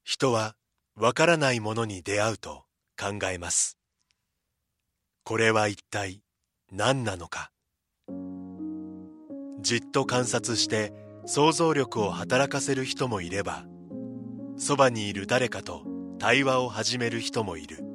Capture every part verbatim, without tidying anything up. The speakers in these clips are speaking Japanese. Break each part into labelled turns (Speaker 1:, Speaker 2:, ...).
Speaker 1: 人はわからないものに出会うと考えます。これは一体何なのか。じっと観察して想像力を働かせる人もいれば、そばにいる誰かと対話を始める人もいる。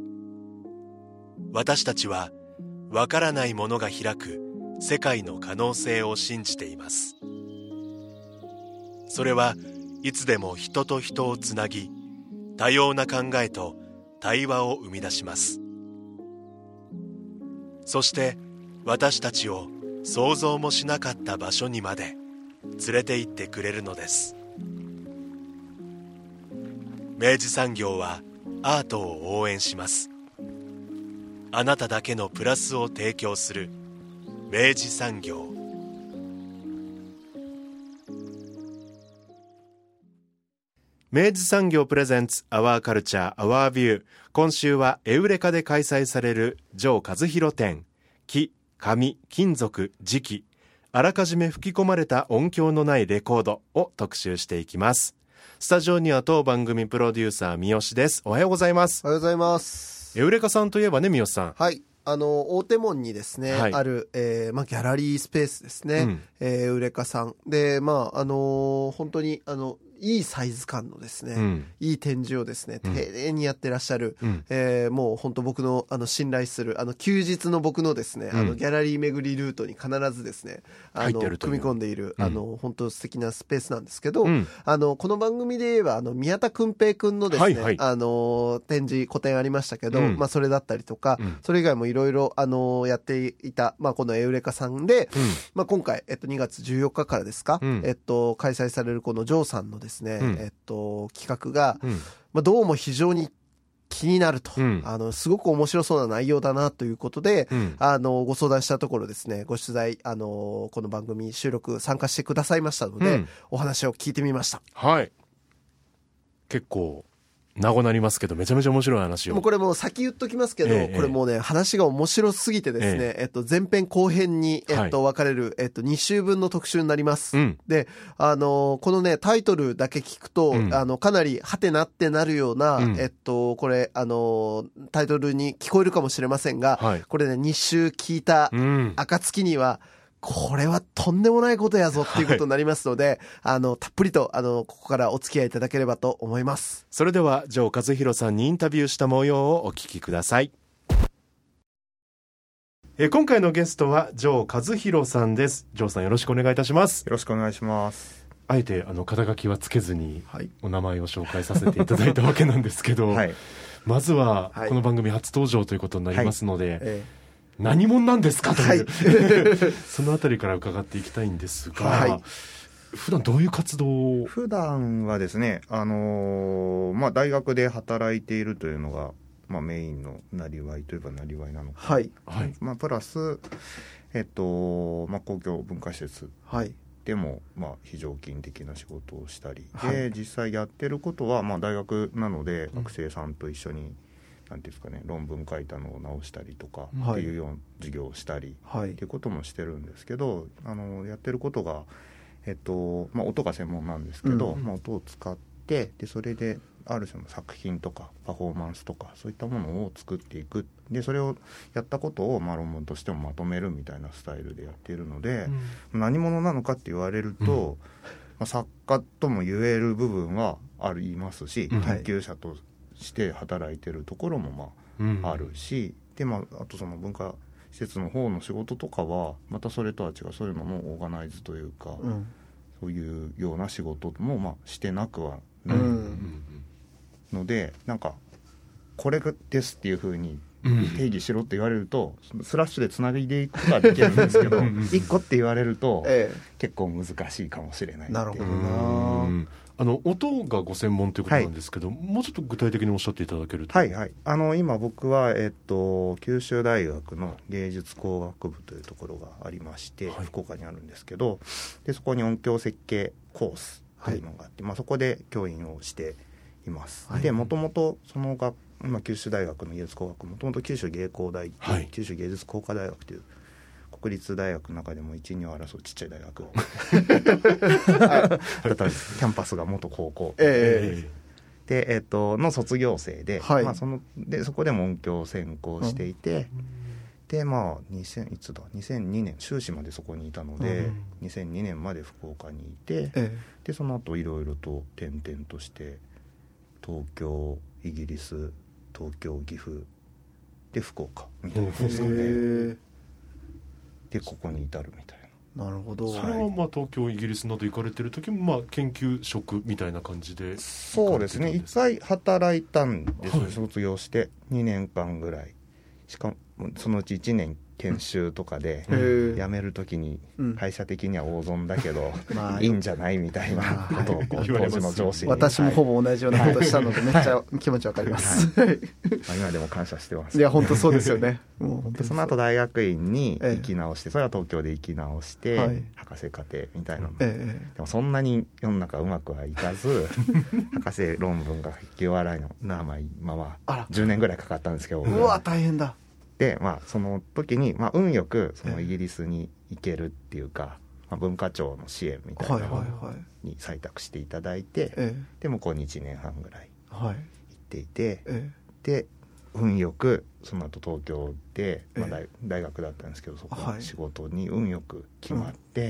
Speaker 1: 私たちはわからないものが開く世界の可能性を信じています。それはいつでも人と人をつなぎ、多様な考えと対話を生み出します。そして私たちを想像もしなかった場所にまで連れて行ってくれるのです。明治産業はアートを応援します。あなただけのプラスを提供する明治産業。明治産業プレゼンツアワーカルチャーアワービュー。今週はエウレカで開催される城和弘展、木、紙、金属、磁器、あらかじめ吹き込まれた音響のないレコードを特集していきます。スタジオには当番組プロデューサー三好です。おはようございます。
Speaker 2: おはようございます。
Speaker 1: エウレカさんといえばね、三好さん、
Speaker 2: はい、あの大手門にですね、はい、ある、えーまあ、ギャラリースペースですね、うんえー、エウレカさんで、まああのー、本当にあのいいサイズ感のですね、うん、いい展示をですね、丁寧にやってらっしゃる、うんえー、もう本当僕の、あの信頼するあの休日の僕のですね、うん、あのギャラリー巡りルートに必ずですね、あの組み込んでいる、うん、あの本当素敵なスペースなんですけど、うん、あのこの番組で言えばあの宮田君平君のですね、はいはい、あの展示個展ありましたけど、うんまあ、それだったりとか、うん、それ以外もいろいろあのやっていた、まあ、このエウレカさんで、うんまあ、今回、えっと、にがつじゅうよっかからですか、うんえっと、開催されるこのジョーさんのですね、うんえっと、企画が、うんまあ、どうも非常に気になると、うん、あのすごく面白そうな内容だなということで、うん、あのご相談したところですね、ご取材あのこの番組収録参加してくださいましたので、うん、お話を聞いてみました。
Speaker 1: はい、結構長なりますけどめちゃめちゃ面白い話を。
Speaker 2: もうこれもう先言っときますけど、ええ、これもうね話が面白すぎてですね、えええっと、前編後編に、えっと、分かれる、はいえっと、に週分の特集になります、うん、で、あのこのねタイトルだけ聞くと、うん、あのかなりハテナってなるような、うんえっと、これあのタイトルに聞こえるかもしれませんが、はい、これねに週聞いた暁には、うんこれはとんでもないことやぞっていうことになりますので、はい、あのたっぷりとあのここからお付き合いいただければと思います。
Speaker 1: それでは城和弘さんにインタビューした模様をお聞きください。え今回のゲストは城和弘さんです。城さんよろしくお願いいたします。
Speaker 3: よろしくお願いします。
Speaker 1: あえてあの肩書きはつけずにお名前を紹介させていただいたわけなんですけど、はい、まずはこの番組初登場ということになりますので、はいえー何者なんですかという、はい、そのあたりから伺っていきたいんですが、はい、普段どういう活動を？
Speaker 3: 普段はですね、あのーまあ、大学で働いているというのが、まあ、メインのなりわいといえばなりわいなのか、はいはいまあ、プラス、えっとまあ、公共文化施設でも、まあ、非常勤的な仕事をしたり、はい、で実際やってることは、まあ、大学なので学生さんと一緒に、うんなんていうんですかね、論文書いたのを直したりとかっていうような授業をしたりっていうこともしてるんですけど、あのやってることが、えっとまあ、音が専門なんですけど、うんまあ、音を使ってでそれである種の作品とかパフォーマンスとかそういったものを作っていくでそれをやったことを、まあ、論文としてもまとめるみたいなスタイルでやっているので、うん、何者なのかって言われると、うんまあ、作家とも言える部分はありますし、うん、研究者として働いてるところもまああるし、うん、でまああとその文化施設の方の仕事とかはまたそれとは違うそういうののオーガナイズというか、うん、そういうような仕事もまあしてなくはないので、うん、なんかこれですっていう風に定義しろって言われると、うん、スラッシュでつなぎでいくことはできるんですけどいっこって言われると、ええ、結構難しいかもしれない。
Speaker 2: なるほどな。
Speaker 1: あの音がご専門ということなんですけど、はい、もうちょっと具体的におっしゃっていただけると。
Speaker 3: はいはい、あの今僕は、えっと、九州大学の芸術工学部というところがありまして、はい、福岡にあるんですけど、でそこに音響設計コースというのがあって、はいまあ、そこで教員をしています、はい、でもともとその学今九州大学の芸術工学もともと九州芸工大、はい、九州芸術工科大学という国立大学の中でもいち、にを争うちっちゃい大学だったんです。キャンパスが元高校、えで、えー、との卒業生で、
Speaker 2: はい
Speaker 3: まあ、そのでそこでも音響を専攻していて、うん、でまあにせんいつだにせんにねん修士までそこにいたので、うん、にせんにねんまで福岡にいて、ええ、でその後いろいろと転々として東京イギリス東京岐阜で福岡みたいなですかね。でここに至るみたいな。
Speaker 2: なるほど。
Speaker 1: それはまあ東京イギリスなど行かれてる時もまあ研究職みたいな感じで。
Speaker 3: そうですね、一回働いたんです、はい、卒業してにねんかんぐらい。しかもそのうちいちねん研修とかで辞める時に会社的には大損だけど、うん、いいんじゃないみたいなことを当時の上司に、
Speaker 2: 私もほぼ同じようなことしたのでめっちゃ気持ちわかります、はいはい、
Speaker 3: まあ今でも感謝してます。
Speaker 2: いや本当そうですよね。もう本当
Speaker 3: でその後大学院に行き直して、ええ、それは東京で行き直して、はい、博士課程みたいなの、ええ、でもそんなに世の中うまくはいかず博士論文が書き終わらないのまあ今はじゅうねんぐらいかかったんですけど、
Speaker 2: うわ大変だ。
Speaker 3: でまあその時に、まあ、運よくそのイギリスに行けるっていうか、まあ、文化庁の支援みたいなのに採択していただいて、はいはいはい、で向こうにいちねんはんぐらい行っていて、はい、で運よくその後東京で、まあ、大, 大学だったんですけどそこの仕事に運よく決まって、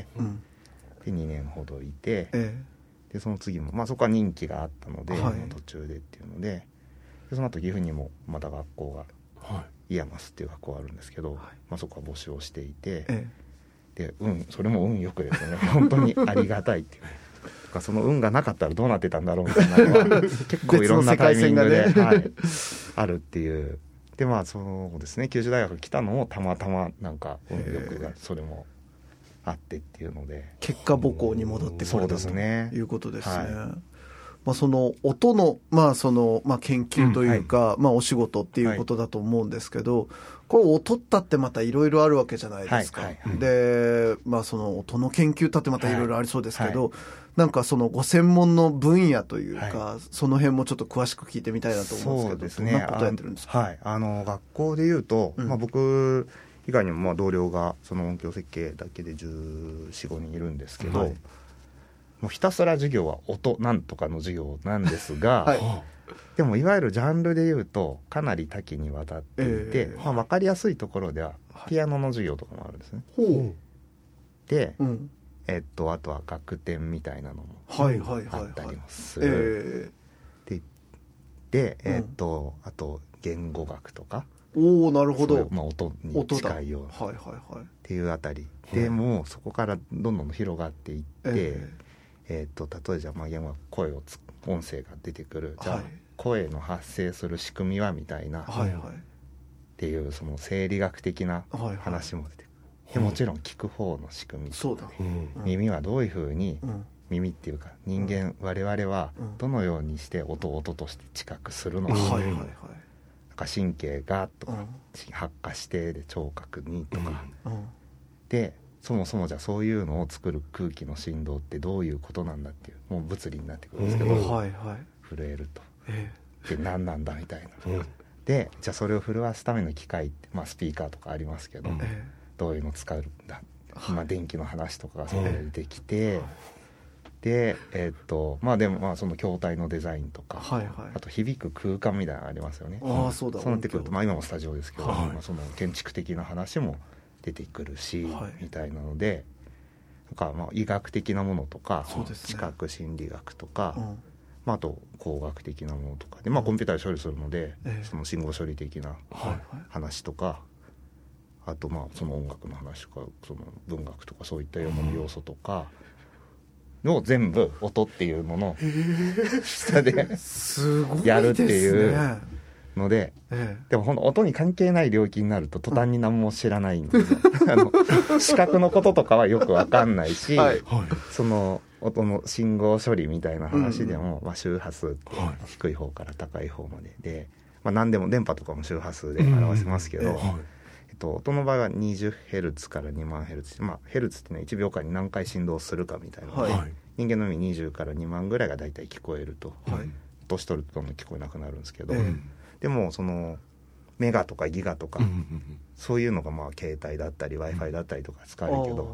Speaker 3: はい、でにねんほどいて、でその次も、まあ、そこは任期があったので、はい、途中でっていうので、でその後岐阜にもまた学校が、はいイヤマスっていう学校があるんですけど、はいまあ、そこは募集をしていて、ええ、で、うん、それも運よくですね本当にありがたいっていうとかその運がなかったらどうなってたんだろうみたいなのは結構いろんなタイミングで、ねはい、あるっていうでまあそうですね九州大学来たのもたまたまなんか運よくがそれもあってっていうので
Speaker 2: 結果母校に戻ってこれたということですね。
Speaker 3: はい
Speaker 2: まあ、その音の、まあそのまあ、研究というか、うんはいまあ、お仕事っていうことだと思うんですけど、はい、これ音ったってまたいろいろあるわけじゃないですか、はいはいはい、で、まあ、その音の研究だってまたいろいろありそうですけど、はいはい、なんかそのご専門の分野というか、はい、その辺もちょっと詳しく聞いてみたいなと思うんですけど、そうですね、どんなことやってるんですか。
Speaker 3: はい、あの学校でいうと、うんまあ、僕以外にもまあ同僚がその音響設計だけでじゅうよん、ごにんいるんですけど、はいもうひたすら授業は音なんとかの授業なんですが、はい、でもいわゆるジャンルでいうとかなり多岐にわたっていて、えーまあ、分かりやすいところではピアノの授業とかもあるんですね、はい、で、うんえっと、あとは楽典みたいなのもあったりもする、で, で、えっとうん、あと言語学とか
Speaker 2: おーなるほど、
Speaker 3: まあ、音に近いようなっていうあたりでもうそこからどんどん広がっていって、えーえー、と例えばまあ今声をつ音声が出てくるじゃあ、はい、声の発生する仕組みはみたいな、はいはい、っていうその生理学的な話も出てくる、はいはい、でもちろん聞く方の仕組み、そうだ、うん、耳はどういうふうに、うん、耳っていうか人間、うん、我々はどのようにして音を音として知覚するのか、うんはいはいはい、なんか神経がとか、うん、発火してで聴覚にとか、うん、でそもそもじゃあそういうのを作る空気の振動ってどういうことなんだっていうもう物理になってくるんですけど、うんはいはい、震えると、えー、で何なんだみたいな、うん、でじゃあそれを震わすための機械って、まあ、スピーカーとかありますけど、うん、どういうのを使うんだ、はいまあ、電気の話とかがそこで出てきて、はい、でえー、っとまあでもまあその筐体のデザインとか、はいはい、あと響く空間みたいなのがありますよね。あそうだそうなってくると、まあ、今もスタジオですけど、はいまあ、その建築的な話も出てくるし、はい、みたいなのでなんかまあ医学的なものとか、ね、知覚心理学とか、うんまあ、あと工学的なものとかで、まあ、コンピューターで処理するので、うん、その信号処理的な話とか、はいはい、あとまあその音楽の話とかその文学とかそういったような要素とかを全部音っていうものを下でやるっていうので、ええ、でもほんと音に関係ない領域になると途端に何も知らないんですよあの視覚のこととかはよく分かんないし、はい、その音の信号処理みたいな話でも、うんまあ、周波数って低い方から高い方までで、まあ、何でも電波とかも周波数で表せますけど、うんええっと、音の場合は にじゅうヘルツ から にまんヘルツ、まあ、ヘルツっていうのはいちびょうかんに何回振動するかみたいなので、はい、人間の耳にじゅうからにまんぐらいがだいたい聞こえると、はい、年取るとどんどん聞こえなくなるんですけど、ええでもそのメガとかギガとか、うんうんうん、そういうのがまあ携帯だったり Wi-Fi だったりとか使えるけど、うん、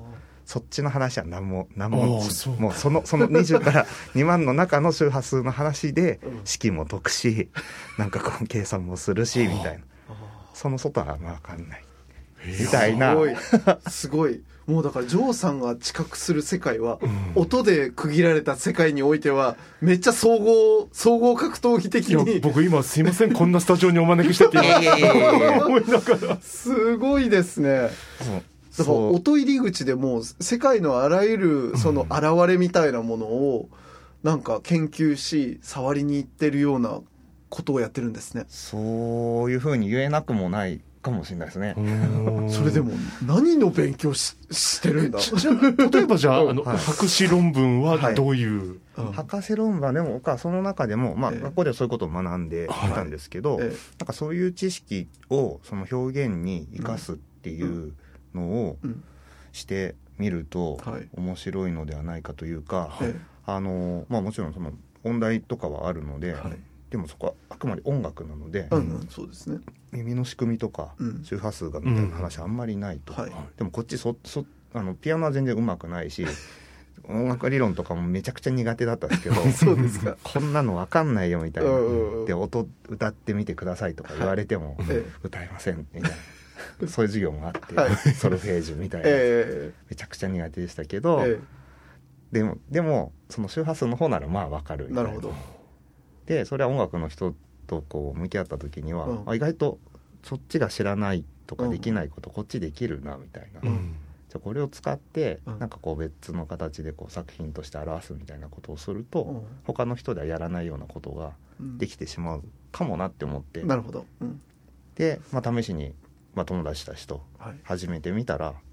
Speaker 3: そっちの話は何も何ももうそのそのにじゅうからにまんの中の周波数の話で式も解くし、なんかこう計算もするしみたいな、その外は分かんないみたいな。
Speaker 2: すごいすごい。もうだからジョーさんが知覚する世界は、うん、音で区切られた世界においてはめっちゃ総合総合格闘技的に。
Speaker 1: いや僕今すいませんこんなスタジオにお招きしてって今思いながら
Speaker 2: すごいですね。だから音入り口でもう世界のあらゆるその現れみたいなものをなんか研究し触りに行ってるようなことをやってるんですね。
Speaker 3: そういうふうに言えなくもないかもしれないですね。
Speaker 2: それでも何の勉強 し, してるんだ
Speaker 1: 例えばじゃあ、あの、はい、博士論文はどういう、
Speaker 3: はい、博士論文はでもその中でも、まあ、学校ではそういうことを学んでいたんですけど、はい、なんかそういう知識をその表現に生かすっていうのをしてみると面白いのではないかというか、はい、あのまあ、もちろんその音大とかはあるので、はい、でもそこはあくまで音楽なので、
Speaker 2: うんうん、そうですね、
Speaker 3: 耳の仕組みとか、うん、周波数がみたいな話はあんまりないと、うんはい、でもこっちそそあのピアノは全然上手くないし音楽理論とかもめちゃくちゃ苦手だったんですけど
Speaker 2: そうですか
Speaker 3: こんなの分かんないよみたいな、で音歌ってみてくださいとか言われても、はい、歌えませんみたいなそういう授業もあって、はい、ソルフェージュみたいな、えー、めちゃくちゃ苦手でしたけど、えー、でもでもその周波数の方ならまあ分かるみたいな。
Speaker 2: なるほど。
Speaker 3: でそれは音楽の人とこう向き合った時には、うん、あ意外とそっちが知らないとかできないこと、うん、こっちできるなみたいな、うん、じゃあこれを使って、うん、なんかこう別の形でこう作品として表すみたいなことをすると、うん、他の人ではやらないようなことができてしまうかもなって思って、
Speaker 2: うん、なるほど、うん、
Speaker 3: で、まあ、試しに、まあ、友達たちと始めてみたら、はい、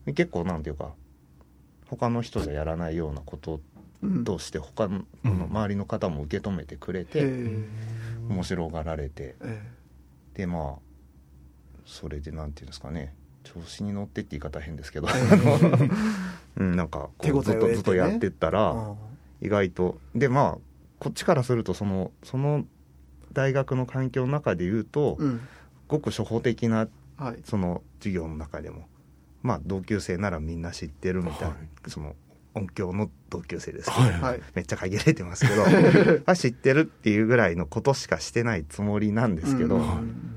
Speaker 3: 結構なんていうか他の人じゃやらないようなこととして他の周りの方も受け止めてくれて、うん、面白がられて、えー、でまあそれでなんていうんですかね、調子に乗ってって言い方変ですけど、えーうん、なんかこうずっとずっとやってったら、ね、意外とでまあこっちからするとそのその大学の環境の中で言うと、うん、ごく初歩的な、はい、その授業の中でもまあ同級生ならみんな知ってるみたいな、はい、その音響の同級生ですけど、はい、めっちゃ限られてますけど知ってるっていうぐらいのことしかしてないつもりなんですけど、うん、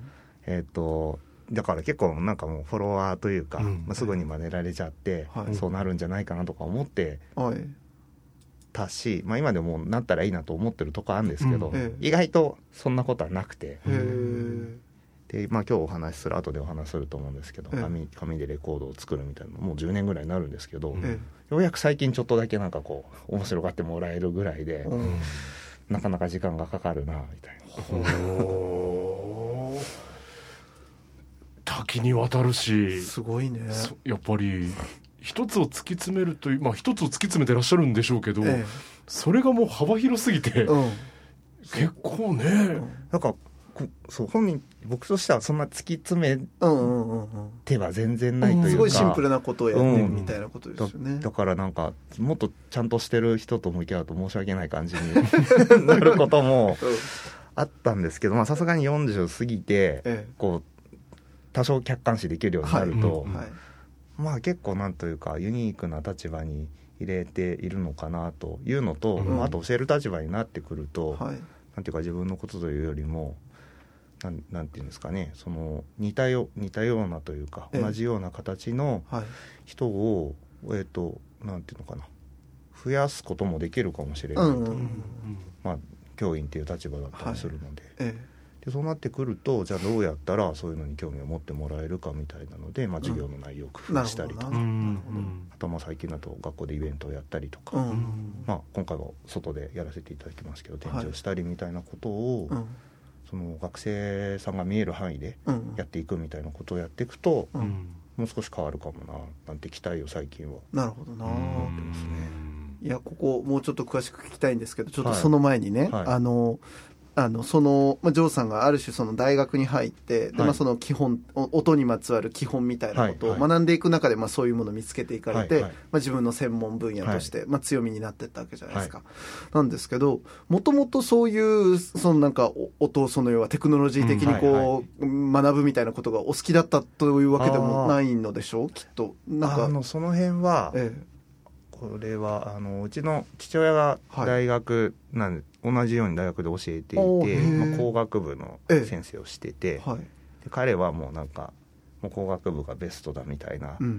Speaker 3: えっとだから結構なんかもうフォロワーというか、うんまあ、すぐに真似られちゃって、はい、そうなるんじゃないかなとか思ってたし、まあ、今でもなったらいいなと思ってるとこあるんですけど、うん、意外とそんなことはなくて、で、まあ、今日お話しする後でお話しすると思うんですけど、紙、紙でレコードを作るみたいなのもうじゅうねんぐらいになるんですけど、ようやく最近ちょっとだけなんかこう面白がってもらえるぐらいで、うん、なかなか時間がかかるなみたいな。
Speaker 1: 多岐にわたるし
Speaker 2: すごいね。
Speaker 1: やっぱり一つを突き詰めるという、まあ一つを突き詰めてらっしゃるんでしょうけど、ええ、それがもう幅広すぎて、うん、結構ね、うん、
Speaker 3: なんかそう本人僕としてはそんな突き詰めては全然ないというか、うん、
Speaker 2: すごいシンプルなことをやってるみたいなことですよね、
Speaker 3: うん、だ, だからなんかもっとちゃんとしてる人と向き合うと申し訳ない感じになることもあったんですけど、さすがによんじゅう過ぎて、ええ、こう多少客観視できるようになると、はいはい、まあ結構なんというかユニークな立場に入れているのかなというのと、うん、あと教える立場になってくると、はい、なんていうか自分のことというよりもなん、なんていうんですかね、その似たよ、似たようなというか、ええ、同じような形の人を、はい、えーと、なんていうのかな、増やすこともできるかもしれないと、うんうんうん、まあ、教員っていう立場だったりするので、はい、ええ、でそうなってくると、じゃあどうやったらそういうのに興味を持ってもらえるかみたいなので、まあ、授業の内容を工夫したりとか、うん、あとまあ最近だと学校でイベントをやったりとか、うん、まあ、今回は外でやらせていただきますけど展示をしたりみたいなことを、はい、うん、その学生さんが見える範囲でやっていくみたいなことをやっていくと、うん、もう少し変わるかもななんて期待を最近は
Speaker 2: なるほどな思ってますね。いやここもうちょっと詳しく聞きたいんですけど、ちょっとその前にね、はいはい、あのあのその、まあ、ジョーさんがある種その大学に入って、でまあ、その基本音にまつわる基本みたいなことを学んでいく中で、まあ、そういうものを見つけていかれて、はいはい、まあ、自分の専門分野として、はい、まあ、強みになっていったわけじゃないですか、はい、なんですけど、もともとそういうそのなんか音をその要はテクノロジー的にこう、うんはいはい、学ぶみたいなことがお好きだったというわけでもないのでしょう、きっと。なんか
Speaker 3: あのその辺は、ええ、これはあのうちの父親が大学なんで、はい、同じように大学で教えていて、まあ、工学部の先生をしてて、はい、で彼はもうなんかもう工学部がベストだみたいな、うん、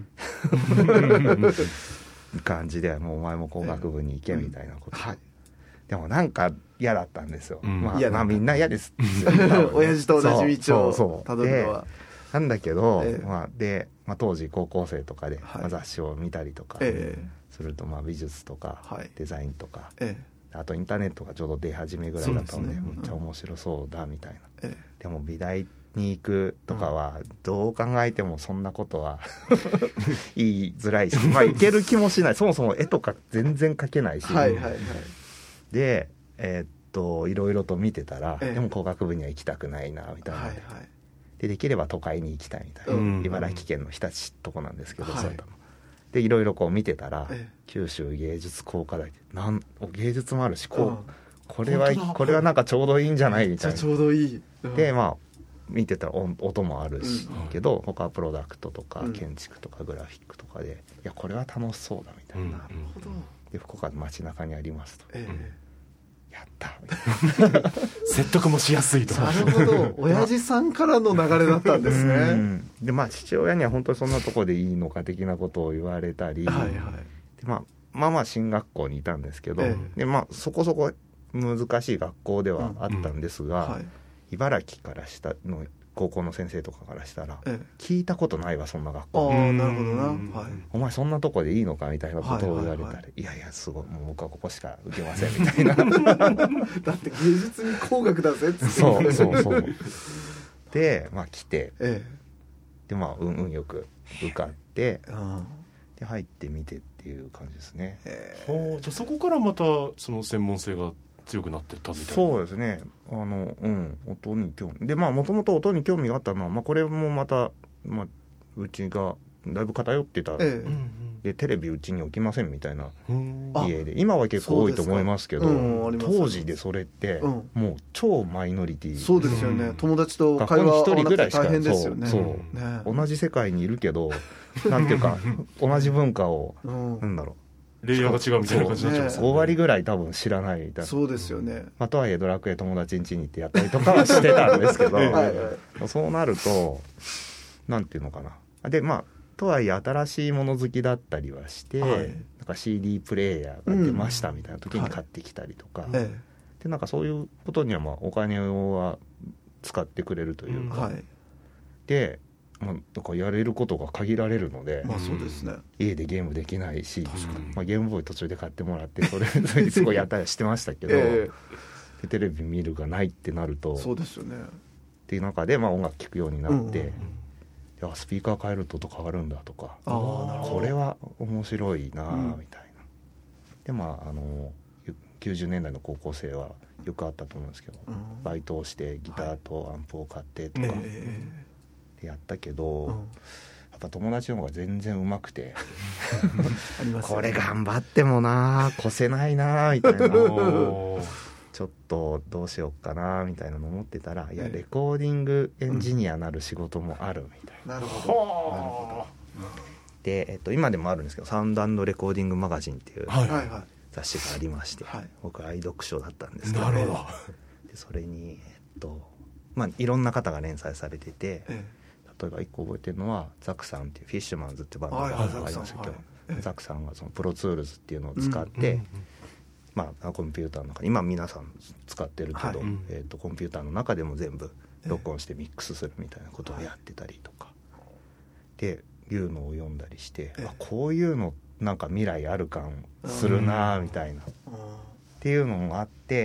Speaker 3: 感じで、もうお前も工学部に行けみたいなこと、うんはい、でもなんか嫌だったんですよ、うん、まあ、まあみんな嫌です
Speaker 2: 親父と同じ道をたどるのは。
Speaker 3: なんだけど、ええ、まあ、で、まあ、当時高校生とかで、はい、まあ、雑誌を見たりとかすると、まあ、美術とか、はい、デザインとか、ええ、あとインターネットがちょうど出始めぐらいだったので、めっちゃ面白そうだみたいな、ええ、でも美大に行くとかはどう考えてもそんなことは言いづらいし、まあ、行ける気もしないそもそも絵とか全然描けないし、はいはいはい、で、えー、っといろいろと見てたら、ええ、でも工学部には行きたくないなみたいな、はいはい、でできれば都会に行きたいみたいな、うん、茨城県の日立とこなんですけど、はい、でいろいろこう見てたら、ええ、九州芸術工科大なん芸術もあるし、こう、うん、これはこれはなんかちょうどいいんじゃないみたいな、
Speaker 2: ちょうどいい、
Speaker 3: うん、でまあ見てたら音もあるし、うん、けど他はプロダクトとか建築とかグラフィックとかで、いやこれは楽しそうだみたいな、うん、なるほど、で福岡の街中にありますと、ええ、やった
Speaker 1: 説得もしやすいと。
Speaker 2: なるほど、親父さんからの流れだったんですね。うん、
Speaker 3: でまあ父親には本当にそんなとこでいいのか的なことを言われたり、はいはい、でまあ、まあまあ進学校にいたんですけど、ええ、でまあそこそこ難しい学校ではあったんですが、うんうん、はい、茨城からしたの高校の先生とかからしたら、ええ、聞いたことないわそんな学校。
Speaker 2: ああ、なるほどな、はい、
Speaker 3: お前そんなとこでいいのかみたいなことを言われたら、はいはいはい、いやいやすごい、もう僕はここしか受けませんみたいな
Speaker 2: だって芸術に工学だぜっつって
Speaker 3: そうそうそうでまあ来て、ええ、でまあ運々よく受かってで入ってみてっていう感じですね。
Speaker 1: はあ、じゃあそこからまたその専門性が強くなってったみたいな。
Speaker 3: そうですね、あの、うん、音に興味で、まあもともと音に興味があったのは、まあ、これもまた、まあ、うちがだいぶ偏ってた、ええ、でテレビうちに置きませんみたいな家で、今は結構多いと思いますけど、うん、当時でそれって、うん、もう超マイノリティ。
Speaker 2: そうですよね、うん、友達と会話
Speaker 3: 一人ぐらいしか、
Speaker 2: 大変ですよね。
Speaker 3: そう、そう、ね、同じ世界にいるけどなんていうか同じ文化を、うん、なんだろう、
Speaker 1: レイヤーが違うみたいな感じになっちゃいますよね。
Speaker 3: ご割ぐらい多分知らないみたいな。
Speaker 2: そうですよね、
Speaker 3: まあ、とはいえドラクエ友達ん家に行ってやったりとかはしてたんですけどはい、はい、そうなるとなんていうのかな、でまあとはいえ新しいもの好きだったりはして、はい、なんか シーディー プレイヤーが出ましたみたいな時に買ってきたりとか、うん、はい、でなんかそういうことにはまあお金は使ってくれるというか、うん、はい、でまあ、だからやれることが限られるので、
Speaker 2: まあそうですね、
Speaker 3: 家でゲームできないし、まあ、ゲームボーイ途中で買ってもらってそれすごいやったりしてましたけど、えー、でテレビ見るがないってなると、
Speaker 2: そうですよね、
Speaker 3: っていう中でまあ音楽聴くようになって、うんうんうん、いやスピーカー変えると音変わるんだとか、あこれは面白いなみたいな、うん、でまああのきゅうじゅうねんだいの高校生はよくあったと思うんですけど、うん、バイトをしてギターとアンプを買ってとか、はい、えーやったけど、うん、やっぱ友達の方が全然うまくてあります、ね、これ頑張ってもな越せないなみたいなちょっとどうしようかなみたいなの思ってたら、いやレコーディングエンジニアなる仕事もあるみたいな、うん、なるほど、なるほど、で、えっと、今でもあるんですけどサウンド&レコーディングマガジンっていう雑誌がありまして、はいはい、僕愛読書だったんですけど、なるほど、でそれにえっとまあいろんな方が連載されてて、ええ、例えば一個覚えてるのはザクさんっていうフィッシュマンズってバンドがありますけど、ザクさんがそのプロツールズっていうのを使って、うんうんうん、まあコンピューターの中今皆さん使ってるけど、はい、えーと、コンピューターの中でも全部録音してミックスするみたいなことをやってたりとか、でいうのを読んだりして、あこういうのなんか未来ある感するなみたいな、っていうのもあって、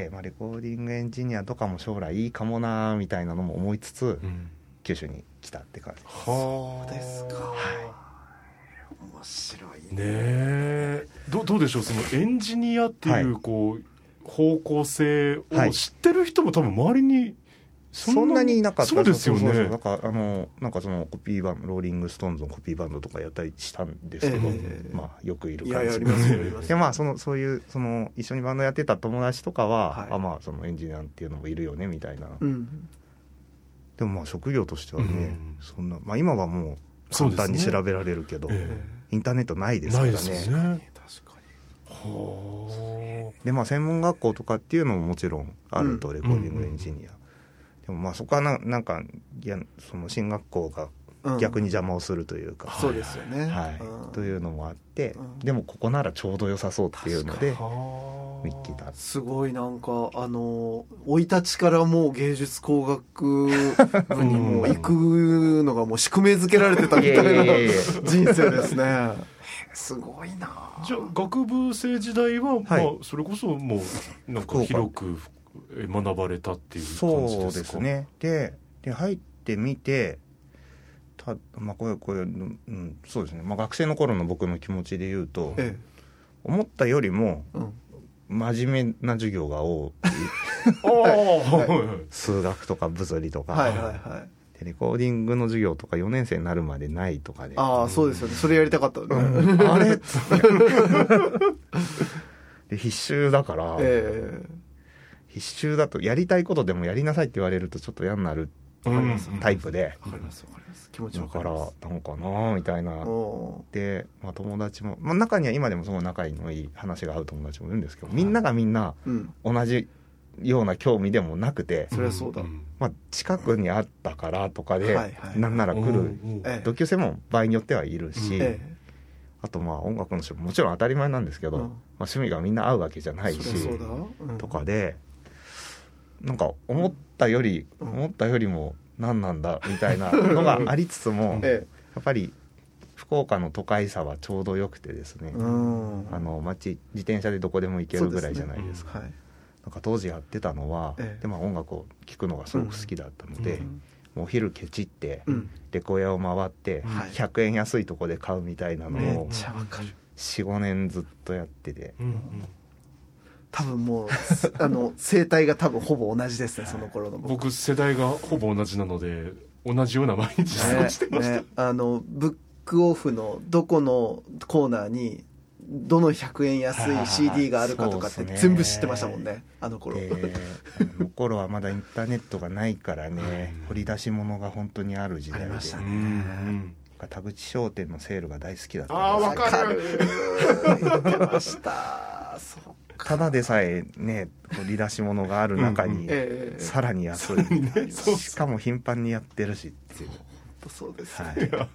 Speaker 3: まあ、レコーディングエンジニアとかも将来いいかもなみたいなのも思いつつ、うん、九州に来たって感じです。
Speaker 2: そうですか、はい、面白いね。
Speaker 1: ねえ、ど, どうでしょう、そのエンジニアっていう、こう、 方向性を知ってる人も多分周りに
Speaker 3: そんな、そんなにいなかった。
Speaker 1: そうですよね。
Speaker 3: そうそうそう、なんかあのなんかそのコピーバンド、ローリングストーンズのコピーバンドとかやったりしたんですけど、えー、まあよくいる感じで、でまあそのそういうその一緒にバンドやってた友達とかは、はい、あまあそのエンジニアっていうのもいるよねみたいな。うん、でもまあ職業としてはね、うん、そんなまあ今はもう簡単に調べられるけど、ねえー、インターネットないですからね。ないですね。確かに。はあ。でまあ専門学校とかっていうのももちろんあると、レコーディングエンジニア。うんうん、でもまあそこは な, なんかいやその進学校が逆に邪魔をするというか、
Speaker 2: うん、そうですよね、
Speaker 3: はいうん、というのもあって、うん、でもここならちょうど良さそうっていうのでミッキーだ。
Speaker 2: すごいなんかあの生い立ちからもう芸術工学部にもう行くのがもう宿命づけられてたみたいな人生ですね。すごいな。
Speaker 1: じゃあ学部生時代は、はい、まあ、それこそもうなんか広く学ばれたっていう感じですか？
Speaker 3: そうですね。で、で入ってみて、たまあこれこれ、うん、そうですね。まあ学生の頃の僕の気持ちで言うと、ええ、思ったよりも、うん、真面目な授業が多い。はい、数学とか物理とか、はいはいはい、でレコーディングの授業とかよねん生になるまでないとかで、
Speaker 2: ああそうですよね。それやりたかったね。
Speaker 3: うん、あれで必修だから。ええ、必修だとやりたいことでもやりなさいって言われるとちょっと嫌になるタイプで、
Speaker 2: わかりますわかります、気持ちわ
Speaker 3: かります。だからなんかなみたいなで、まあ、友達も、まあ、中には今でもその仲のいい話が合う友達もいるんですけど、みんながみんな同じような興味でもなくて、
Speaker 2: そりゃそうだ、
Speaker 3: まあ、近くにあったからとかで、はいはい、なんなら来る同級生も場合によってはいるし、ええ、あとまあ音楽の人ももちろん当たり前なんですけど、うん、まあ、趣味がみんな合うわけじゃないし、そうだ、うん、とかでなんか思ったより、うん、思ったよりも何なんだみたいなのがありつつも、ええ、やっぱり福岡の都会さはちょうどよくてですね、うん、あの街自転車でどこでも行けるぐらいじゃないですか。そうですね、うん、はい、なんか当時やってたのは、ええ、でまあ、音楽を聴くのがすごく好きだったので、うん、もうお昼ケチって、うん、レコヤを回って、うん、ひゃくえん安いとこで買うみたいなのを、めっちゃわかる、 よん,ご 年ずっとやってて、うんうん、
Speaker 2: 多分もうあの生態が多分ほぼ同じですね、その頃の 僕,
Speaker 1: 僕世代がほぼ同じなので同じような毎日過ごしてました、ねね、
Speaker 2: あのブックオフのどこのコーナーにどのひゃくえん安い シーディー があるかとかって全部知ってましたもんね、あの頃、え
Speaker 3: ー、あの頃はまだインターネットがないからね、掘り出し物が本当にある時代で、ありましたね、うん、田口商店のセールが大好きだったんです。
Speaker 1: あーわかる
Speaker 2: 言ってましたそう
Speaker 3: ただでさえね掘り出し物がある中に、うん、えー、さらに安い、ね、しかも頻繁にやってるしっていう、本
Speaker 2: 当そうですね、
Speaker 1: はい、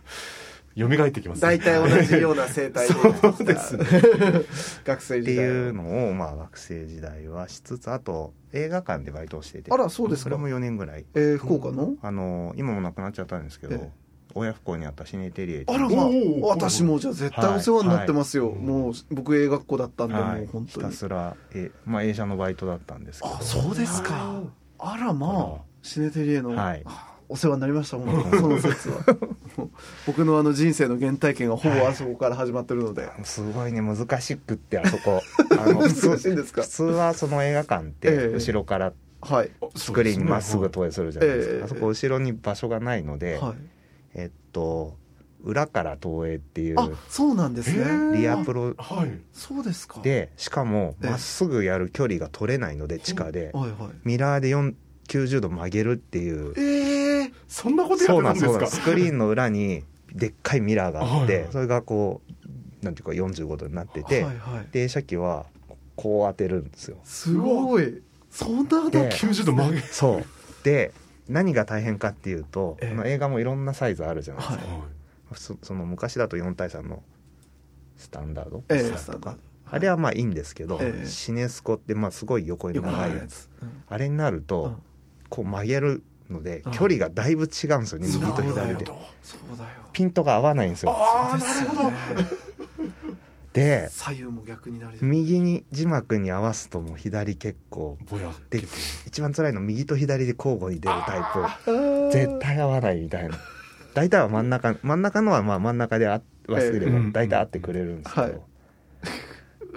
Speaker 1: 蘇ってきますね。
Speaker 2: 大体同じような生態で
Speaker 1: そうですね
Speaker 2: 学生時代
Speaker 3: っていうのを、まあ、学生時代はしつつ、あと映画館でバイトをしてて、
Speaker 2: あらそうですか。
Speaker 3: それもよねんぐらい、
Speaker 2: えー、福岡の、
Speaker 3: あの今もなくなっちゃったんですけど、えー親不孝にあったシネテリエ、
Speaker 2: あらまあ、私もじゃあ絶対お世話になってますよ、はいはい、もう僕映画っ子だったんで、はい、もう本当に
Speaker 3: ひたすら、え、まあ、映写のバイトだったんですけど。
Speaker 2: あ、そうですか。あらまあシネテリエの、はい、お世話になりました本当にその説は僕のあの人生の原体験がほぼあそこから始まってるので、はい、
Speaker 3: すごいね難しくってあそこあの
Speaker 2: 難しいんですか。
Speaker 3: 普通はその映画館って後ろから、えーはい、スクリーンにまっすぐ投影するじゃないですか、えー、あそこ後ろに場所がないので、はい、えっと裏から投影っていう、
Speaker 2: あ、そうなんですね、
Speaker 3: リアプロ、
Speaker 2: はい、そうですか。
Speaker 3: でしかもまっすぐやる距離が取れないので地下で、はいはい、ミラーできゅうじゅうど曲げるっていう、
Speaker 2: えー、
Speaker 1: そんなことやってたんですか。そうなん
Speaker 3: スクリーンの裏にでっかいミラーがあって、はい、それがこうなんていうかよんじゅうごどになってて、はいはい、で映写機はこう当てるんですよ。
Speaker 2: すごい、そんな
Speaker 1: だきゅうじゅうど曲げる。
Speaker 3: そうで何が大変かっていうと、えー、映画もいろんなサイズあるじゃないですか、はい、そ, その昔だとよんたいさんのスタンダード、えー、スタンダード、あれはまあいいんですけど、えー、シネスコってまあすごい横に長いやつ、うん、あれになると、うん、こう曲げるので距離がだいぶ違うんですよね、うん、右と左で。
Speaker 2: そうだよ、
Speaker 3: ピントが合わないんですよ。
Speaker 2: ああなるほど
Speaker 3: で
Speaker 2: 左右も逆になる、
Speaker 3: 右に字幕に合わすともう左結構で、一番辛いの右と左で交互に出るタイプ絶対合わないみたいな。大体は真ん中真ん中のはまあ真ん中で合わせれば大体合ってくれるんですけど、うんはい、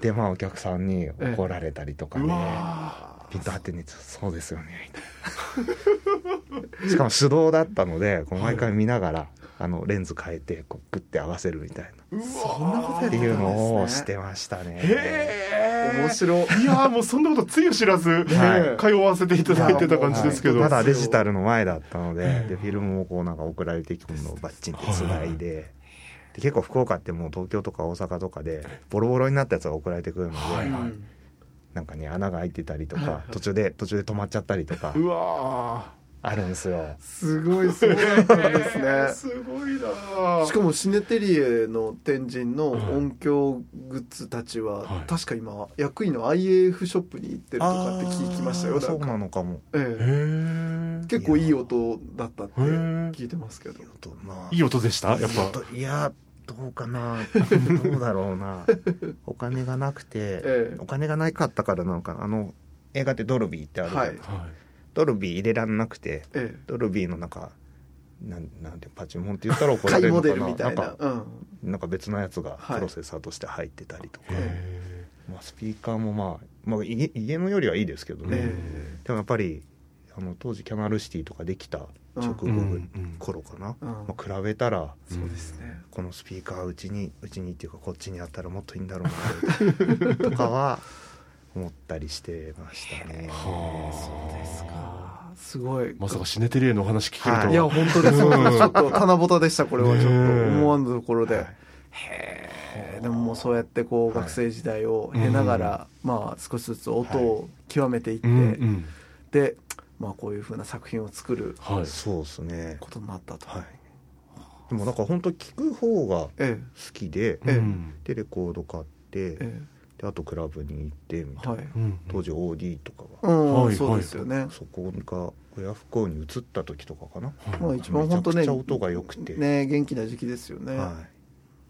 Speaker 3: でまあお客さんに怒られたりとかね、ピント張ってね、そうですよねみたいなしかも手動だったのでこう毎回見ながら、はい、あのレンズ変えてこうグッて合わせるみたいな、
Speaker 2: そんなことや
Speaker 3: っていうのをしてましたね。
Speaker 2: へー、面白い。
Speaker 1: いやもうそんなことつゆ知らず、はい、通わせていただいてた感じですけど、
Speaker 3: まだデジタルの前だったの で, でフィルムもこうなんか送られてきてのをバッチンってつないで、はい、で結構福岡ってもう東京とか大阪とかでボロボロになったやつが送られてくるので、はいはい、なんかね穴が開いてたりとか途中で途中で止まっちゃったりとか
Speaker 1: うわ
Speaker 3: あるんですよ。
Speaker 2: すごい、そうだったんですね
Speaker 1: すごいな。
Speaker 2: しかもシネテリエの天神の音響グッズたちは、はい、確か今役員の アイエーエフ ショップに行ってるとかって聞きましたよ。
Speaker 3: そうなのかも、
Speaker 2: ええ、結構いい音だったって聞いてますけど。いい音、
Speaker 1: まあ、いい音でしたやっぱ。
Speaker 3: いやどうかなどうだろうなお金がなくて、ええ、お金がなかったからなのかな。あの映画ってドルビーってあるじゃないですか、はい、ドルビー入れられなくて、ええ、ドルビーのなんかなんなんてパチモンって言ったら怒られるのかな、
Speaker 2: モデルみたいな、
Speaker 3: なんか、うん、なんか別のやつがプロセッサーとして入ってたりとか、はい、まあ、スピーカーもまあ、まあ、家, 家のよりはいいですけどね、でもやっぱりあの当時キャナルシティとかできた直後の頃かな、うんうんうん、まあ、比べたら、
Speaker 2: そうですね、
Speaker 3: このスピーカーうちにうちにっていうかこっちにあったらもっといいんだろうなとかは思ったりしてましたね。
Speaker 2: はそうですか。すごい。
Speaker 1: まさかシネテリエのお話聞けるとは、はい、
Speaker 2: いや本当ですちょっと棚ぼたでした。これはちょっと思わぬところで、はい、へー、でももうそうやってこう学生時代を経ながら、はい、まあ少しずつ音を極めていって、はい、で、まあこういう風な作品を作る、
Speaker 3: はい、そうですね、
Speaker 2: ことになったと、はい、
Speaker 3: でもなんか本当聞く方が好きで、ええ、でレコード買って、ええ、であとクラブに行ってみたいな、はい、当時 オーディー とかが、
Speaker 2: うん、そうですよね。
Speaker 3: そこが親不孝に移った時とかかな、
Speaker 2: まあ、一番本当ね、
Speaker 3: めちゃくちゃ音が良くて
Speaker 2: ね、元気な時期ですよね、
Speaker 3: はい、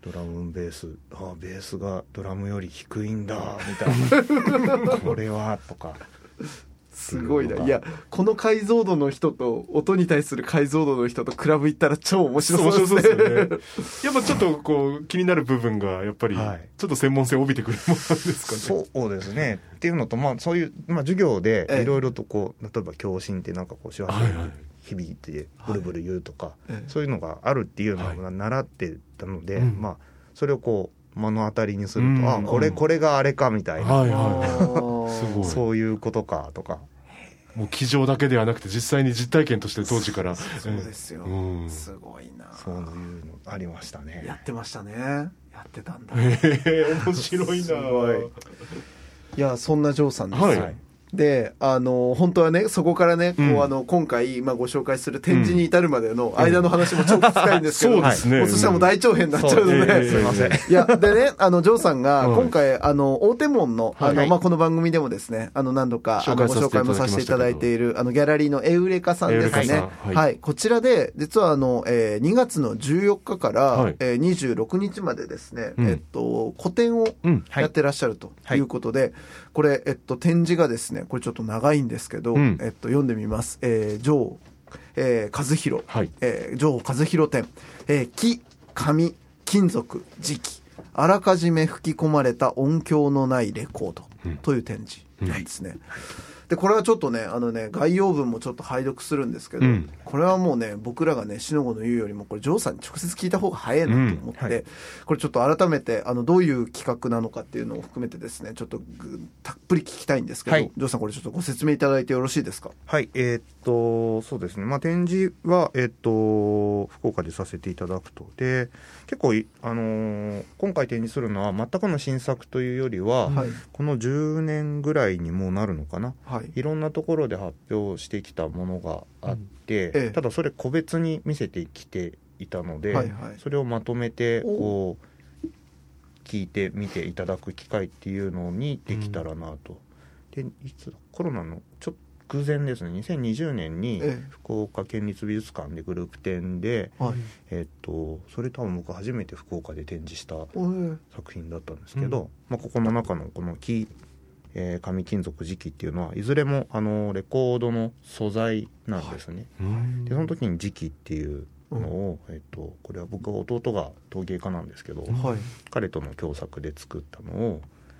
Speaker 3: ドラムベース、あベースがドラムより低いんだみたいなこれはとか
Speaker 2: すごいな。いやこの解像度の人と音に対する解像度の人とクラブ行ったら超面白そうですね。
Speaker 1: やっぱちょっとこう気になる部分がやっぱりちょっと専門性を帯びてくるものなんですかね。
Speaker 3: そうですねっていうのと、まあ、そういう、まあ、授業でいろいろとこう、例えば共振ってなんかこう手話に響いてブルブル言うとか、はいはい、そういうのがあるっていうのを習ってたので、はい、まあ、それをこう目の当たりにすると、うん、あこれこれがあれかみたいな、はいはい、すごいそういうことかとか、
Speaker 1: もう机上だけではなくて実際に実体験として当時から
Speaker 2: そうですよ、うん、すごいな。
Speaker 3: そういうのありましたね。
Speaker 2: やってましたね。やってたんだ。
Speaker 1: へえ面白いな。すごい。
Speaker 2: いやそんなジョーさんです、
Speaker 1: はい、
Speaker 2: であの本当はねそこからね、うん、こうあの今回、まあ、ご紹介する展示に至るまでの間の話も超深いんですけど、うん、そうですね、もうそしたらもう大長編になっちゃうので、うんえー、すいません。いやでねあのジョーさんが今回、あの大手門の、あの、はい、まあ、この番組でもですねあの何度かあのご紹介もさせていただいているあのギャラリーのエウレカさんですね、はいはい、こちらで実はあの、えー、にがつのじゅうよっかから、はい、えー、にじゅうろくにちまでですね、うん、えっと、個展をやってらっしゃるということで、はいはい、これ、えっと、展示がですねこれちょっと長いんですけど、うん、えっと、読んでみます。えー、城、えー、和弘、はい、えー、城和弘展、えー、木、紙、金属、磁器、あらかじめ吹き込まれた音響のないレコードという展示なんですね。うんうん、でこれはちょっとねあのね概要文もちょっと拝読するんですけど、うん、これはもうね僕らがねしのごの言うよりもこれジョーさんに直接聞いた方が早いなと思って、うんはい、これちょっと改めてあのどういう企画なのかっていうのを含めてですねちょっとたっぷり聞きたいんですけど、はい、ジョーさんこれちょっとご説明いただいてよろしいですか。
Speaker 3: はい、えー、っとそうですね、まあ、展示は、えー、っと福岡でさせていただくとで結構、あのー、今回展示するのは全くの新作というよりは、はい、このじゅうねんぐらいにもうなるのかな、はい、いろんなところで発表してきたものがあって、うんええ、ただそれ個別に見せてきていたので、はいはい、それをまとめてこう聞いてみていただく機会っていうのにできたらなと、うん、でいつコロナのちょっと偶然ですねにせんにじゅうねんに福岡県立美術館でグループ展で、えええー、っとそれ多分僕初めて福岡で展示した作品だったんですけど、うんまあ、ここの中のこの木えー、紙金属磁器っていうのはいずれもあのレコードの素材なんですね、はい、でその時に磁器っていうのを、うんえー、とこれは僕は弟が陶芸家なんですけど、はい、彼との共作で作ったのを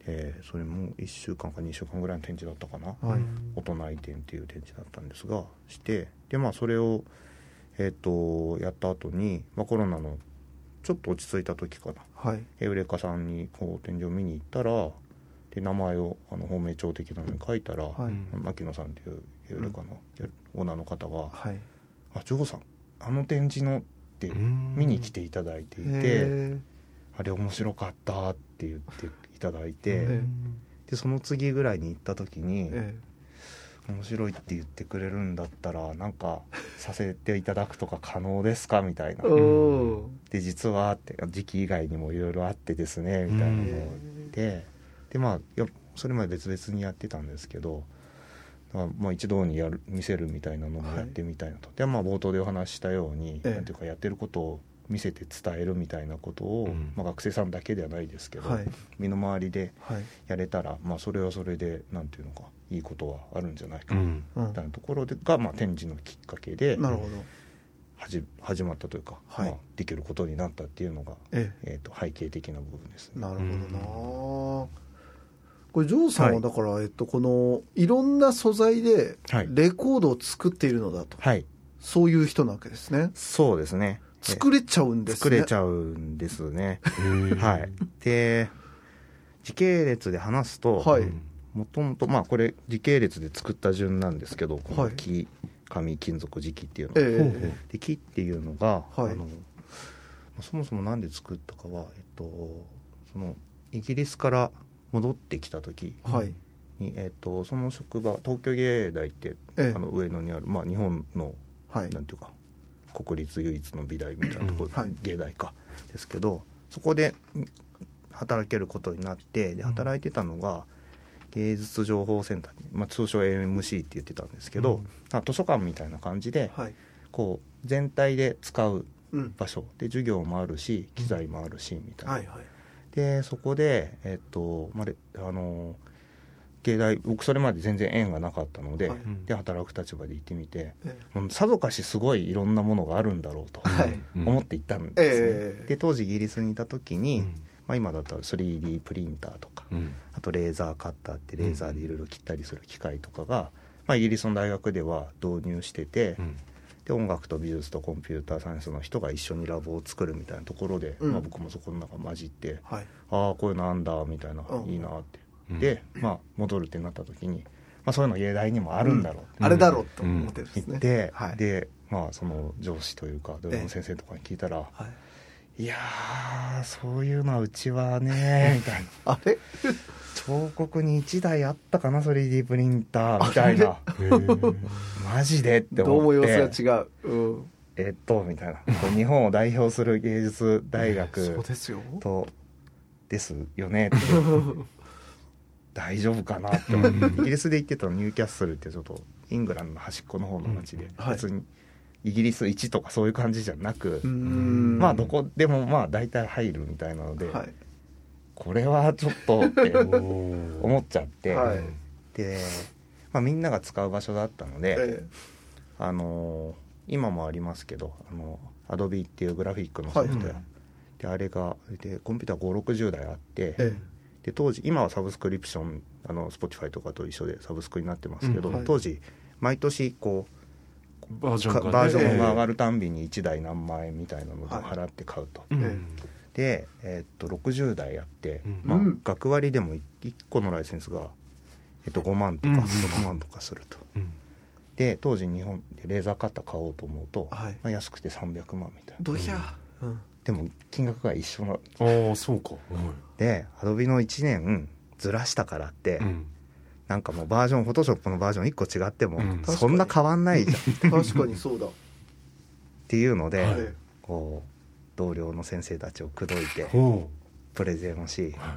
Speaker 3: えー、それもいっしゅうかんかにしゅうかんぐらいの展示だったかな、はい、大人移転っていう展示だったんですがしてでまあそれをえっ、ー、とやった後に、まあ、コロナのちょっと落ち着いた時かな、はい、エウレカさんにこう展示を見に行ったらで名前をあの芳名帳的なのに書いたら、はい、牧野さんっていうエウレカのオーナーの方が、はい、あジョーさんあの展示のって見に来ていただいていてあれ面白かったって言っていただいてでその次ぐらいに行った時に面白いって言ってくれるんだったらなんかさせていただくとか可能ですかみたいなで実はって時期以外にもいろいろあってですねみたいなのででまあいやそれまで別々にやってたんですけどまあ一堂にやる見せるみたいなのもやってみたいなと、はい、でまあ冒頭でお話ししたように、ええ、なんていうかやってることを見せて伝えるみたいなことを、うんまあ、学生さんだけではないですけど、はい、身の回りでやれたら、はいまあ、それはそれでなんていうのかいいことはあるんじゃないかみたいなところでが、まあ、展示のきっかけで
Speaker 2: なるほど
Speaker 3: 始, 始まったというか、はいまあ、できることになったっていうのが、えええー、と背景的な部分ですね。
Speaker 2: なるほどな、うんこれジョーさんはだから、はいえっと、このいろんな素材でレコードを作っているのだと、はい、そういう人なわけですね。
Speaker 3: そうですね
Speaker 2: 作れちゃうんですね。
Speaker 3: 作れちゃうんですねはい。で時系列で話すともともとまあこれ時系列で作った順なんですけどこの木、紙金属磁器っていうのが、えー、で木っていうのが、はい、あのそもそもなんで作ったかは、えっと、そのイギリスから戻ってきた時に、はいえー、とその職場東京芸大って、ええ、あの上野にある、まあ、日本の、はい、なんていうか国立唯一の美大みたいなところ、うんはい、芸大かですけどそこで働けることになってで働いてたのが芸術情報センター、まあ、通称 エーエムシー って言ってたんですけど、うん、図書館みたいな感じで、はい、こう全体で使う場所、うん、で授業もあるし機材もあるしみたいな、はいはいでそこで、えっとまあ、あの芸大僕それまで全然縁がなかったのではい、で働く立場で行ってみて、ええ、さぞかしすごいいろんなものがあるんだろうと思って行ったんですね、ええ、で当時イギリスにいた時に、うんまあ、今だったら スリーディー プリンターとか、うん、あとレーザーカッターってレーザーでいろいろ切ったりする機械とかが、まあ、イギリスの大学では導入してて、うんで音楽と美術とコンピューターサイエンスの人が一緒にラボを作るみたいなところで、うんまあ、僕もそこの中混じって、はい、ああこういうのあんだみたいな、うん、いいなって、うん、で、まあ、戻るってなった時に、まあ、そういうの芸大にもあるんだろうって、
Speaker 2: うん、あれだろうと思ってるんですね、
Speaker 3: で、はい、で、まあ、その上司というか土井先生とかに聞いたら、はい、いやーそういうのはうちはねみたいな
Speaker 2: あれ
Speaker 3: 彫刻にいちだいあったかな スリーディー プリンターみたいなマジでって思ってどうも
Speaker 2: 様子が違う、うん、
Speaker 3: えっとみたいな日本を代表する芸術大学とですよねって大丈夫かなって思ってイギリスで行ってたニューキャッスルってちょっとイングランドの端っこの方の町で、うんはい、別にイギリスいちとかそういう感じじゃなくまあどこでもまあ大体入るみたいなので、はいこれはちょっとって思っちゃって、はい、で、まあ、みんなが使う場所だったので、ええ、あの今もありますけどあの Adobe っていうグラフィックのソフトウェア、はい、であれがでコンピューターごじゅうろくじゅうだいあって、ええ、で当時今はサブスクリプションあの Spotify とかと一緒でサブスクになってますけど、うんはい、当時毎年こうバージョンが、ね、バージョンが上がるたんびにいちだい何万円みたいなのを払って買うと、はいうんで、えー、っとろくじゅうだいあって、うんまあ、学割でもいっこのライセンスが、えー、っとごまんとかろくまんとかすると、うん、で当時日本でレーザーカッター買おうと思うと、はいまあ、安くてさんびゃくまんみたいな
Speaker 2: どひゃ、うん、
Speaker 3: でも金額が一緒な
Speaker 1: ああそうか、うん、
Speaker 3: で Adobe のいちねんずらしたからって、うん、なんかもうバージョンフォトショップのバージョンいっこ違っても、うん、そんな変わんないじゃん
Speaker 2: 確かにそうだ
Speaker 3: っていうので、はい、こう同僚の先生たちを口説いてプレゼンをし、はい、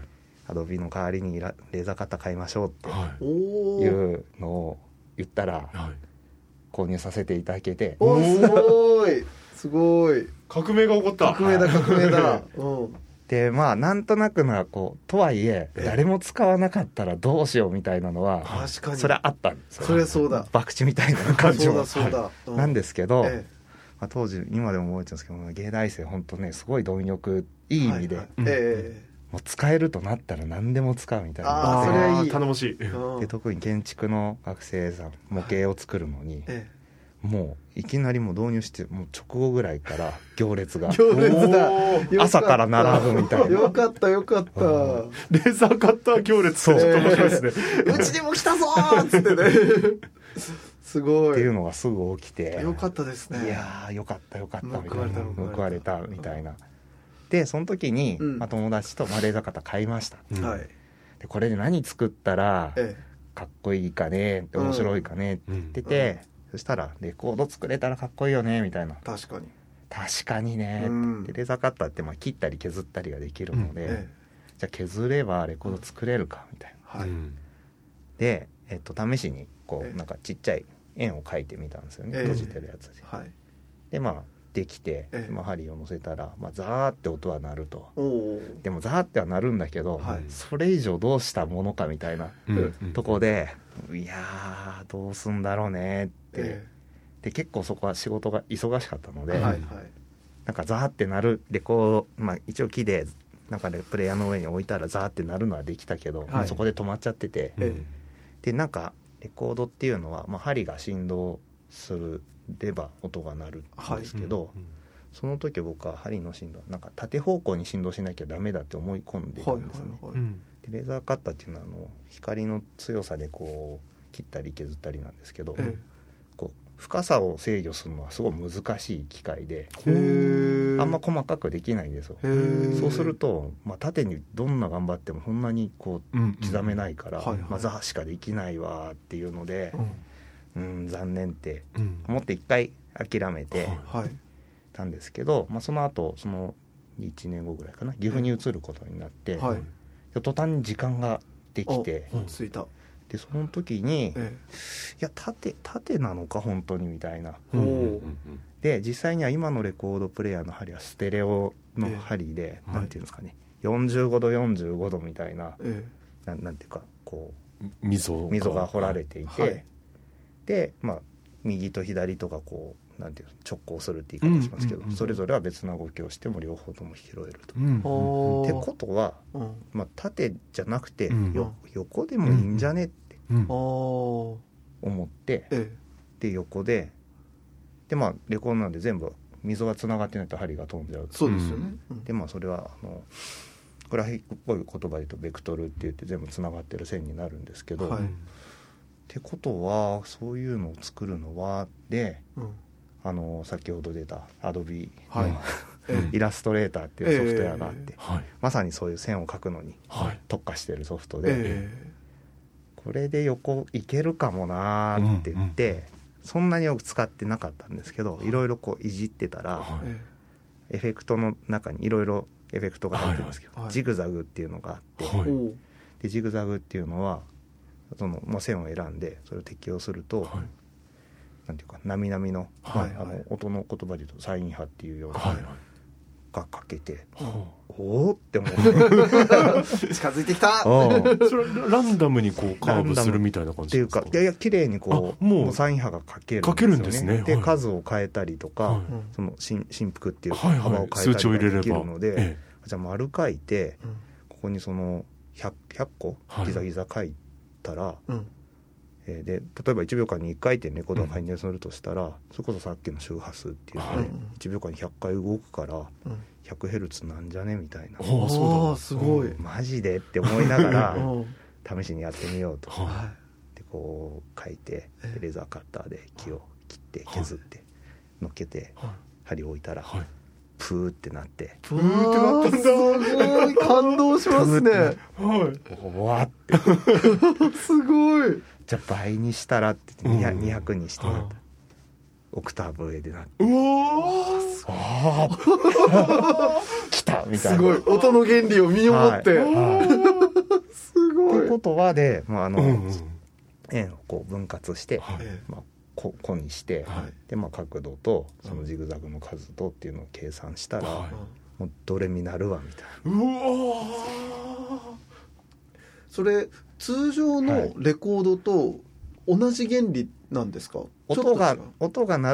Speaker 3: アドビの代わりにレーザーカッター買いましょうっていうのを言ったら、はい、購入させていただけて
Speaker 2: おすごいすごい
Speaker 1: 革命が起こった
Speaker 2: 革命だ革命だ、うん、
Speaker 3: でまあなんとなくなこうとはいえ誰も使わなかったらどうしようみたいなのは確かにそれはあったんですよ
Speaker 2: それはそうだ
Speaker 3: 博打みたいな感じは
Speaker 2: そうだそうだ、
Speaker 3: うん、なんですけど、ええまあ、当時今でも覚えてるんですけど芸大生本当ねすごい貪欲いい意味で、はいはいえもう使えるとなったら何でも使うみたいな。
Speaker 2: ああそれはいい、
Speaker 1: 頼もしい。
Speaker 3: で特に建築の学生さん模型を作るのに、はい、もういきなりもう導入してもう直後ぐらいから行列が
Speaker 2: 行列だ
Speaker 3: 朝から並ぶみたいな。
Speaker 2: よかったよかった、うん、
Speaker 1: レーザーカッター行列ってちょっと面白いですね。
Speaker 2: うちにも来たぞーっつってねすごい
Speaker 3: っていうのがすぐ起きて、
Speaker 2: よかったですね。
Speaker 3: いやーよかったよかったみたいな、
Speaker 2: 報
Speaker 3: われたみたいな。でその時に、うんまあ、友達とレーザーカッター買いました、うんはい、でこれで何作ったらかっこいいかねって面白いかねって言ってて、うん、そしたらレコード作れたらかっこいいよねみたいな。
Speaker 2: 確かに
Speaker 3: 確かにね、うん、でレーザーカッターってまあ切ったり削ったりができるので、うんええ、じゃあ削ればレコード作れるかみたいな、はい、で、えっと、試しにこうなんかちっちゃい円を描いてみたんですよね、閉じてるやつで、はい、でまあできて、ええまあ、針を乗せたら、まあ、ザーって音は鳴ると。でもザーっては鳴るんだけど、はい、それ以上どうしたものかみたいな、うん、とこで、うん、いやーどうすんだろうねって、ええ、で結構そこは仕事が忙しかったので、はいはい、なんかザーって鳴るレコード、まあ、一応木でなんか、ね、プレイヤーの上に置いたらザーって鳴るのはできたけど、はい、そこで止まっちゃってて、ええ、でなんかレコードっていうのは、まあ、針が振動するれば音が鳴るんですけど、はいうんうん、その時僕は針の振動なんか縦方向に振動しなきゃダメだって思い込んでいるんですね、はいはいはい、でレーザーカッターっていうのはあの光の強さでこう切ったり削ったりなんですけど、ええ、こう深さを制御するのはすごい難しい機械であんま細かくできないんですよ。そうすると、まあ、縦にどんな頑張ってもそんなにこう刻めないから、うんうんはいはいまあ、ザーしかできないわっていうので、うんうん、残念って思って一回諦めてたんですけど、まあ、その後そのいちねんごぐらいかな岐阜に移ることになって、はい、途端に時間ができて
Speaker 2: ついた
Speaker 3: でその時に、ええ、いや縦縦なのか本当にみたいな、うん、で実際には今のレコードプレーヤーの針はステレオの針で、ええ、なんていうんですかね、はい、よんじゅうごどよんじゅうごどみたいな、ええ、な, なんていうかこう溝, 溝が掘られていて、はい、でまあ右と左とかこうなんていう直行するって言い方しますけど、うんうんうん、それぞれは別の動きをしても両方とも拾えると、うん、ってことは、うんまあ、縦じゃなくて、うん、よ横でもいいんじゃねって思って、うん、で横ででまあレコードなんで全部溝がつながってないと針が飛んじゃう。
Speaker 2: そうですよね、
Speaker 3: うん、でまあそれはあのグラフィックっぽい言葉で言うとベクトルって言って全部つながってる線になるんですけど、はい、ってことはそういうのを作るのはで、うんあの先ほど出た Adobe の、はい、イラストレーターっていうソフトウェアがあって、えー、まさにそういう線を描くのに特化しているソフトで、えー、これで横いけるかもなって言って、うんうん、そんなによく使ってなかったんですけどいろいろこういじってたら、はい、エフェクトの中にいろいろエフェクトが入ってるんですけど、はいはい、ジグザグっていうのがあって、はい、でジグザグっていうのはその、まあ、線を選んでそれを適用すると、はいなんていうかなみなみの、はいはいまあ、あの音の言葉で言うとサイン波っていうような、はいはい、がかけて、はい、おーって思って
Speaker 2: 近づいてきた
Speaker 1: それランダムにこうカーブするみたいな感じですか。
Speaker 3: っていうかいやいや綺麗にこうもうサイン波がかけるんですよね。かけるんですね。で、はい、数を変えたりとか、はい、その振幅っていう幅を変えたりができるので、はいはいええ、じゃあ丸書いて、うん、ここにその ひゃく, ひゃっこギザギザ書いたら、はいうんで例えばいちびょうかんにいっかい転レコードが回転するとしたら、うん、それこそさっきの周波数っていうので、はい、いちびょうかんにひゃっかい動くから ひゃくヘルツ なんじゃねみたいな、
Speaker 2: うん、そうだすごい
Speaker 3: マジでって思いながら試しにやってみようと、はい、でこう書いてレーザーカッターで木を切って削って乗っけて針を置いたら、はい、プーってなって
Speaker 2: プーってなったんだすごい感動しますねはい
Speaker 3: わーって
Speaker 2: すごい
Speaker 3: じゃあ倍にしたらって言ってにひゃくにしてなった、うん、オクターブ上でなって
Speaker 2: うわーす
Speaker 3: ごい来たみたいな
Speaker 2: すごい音の原理を身をもって、はいはい、すごい
Speaker 3: ってことはで、まああのうんうん、円をこう分割して、はいまあ、こ, こにして、はいでまあ、角度とそのジグザグの数とっていうのを計算したら、はい、もうドレミなるわみたいな。うわ
Speaker 2: それ通常のレコードと同じ原理なんですか？
Speaker 3: 音が音が鳴ると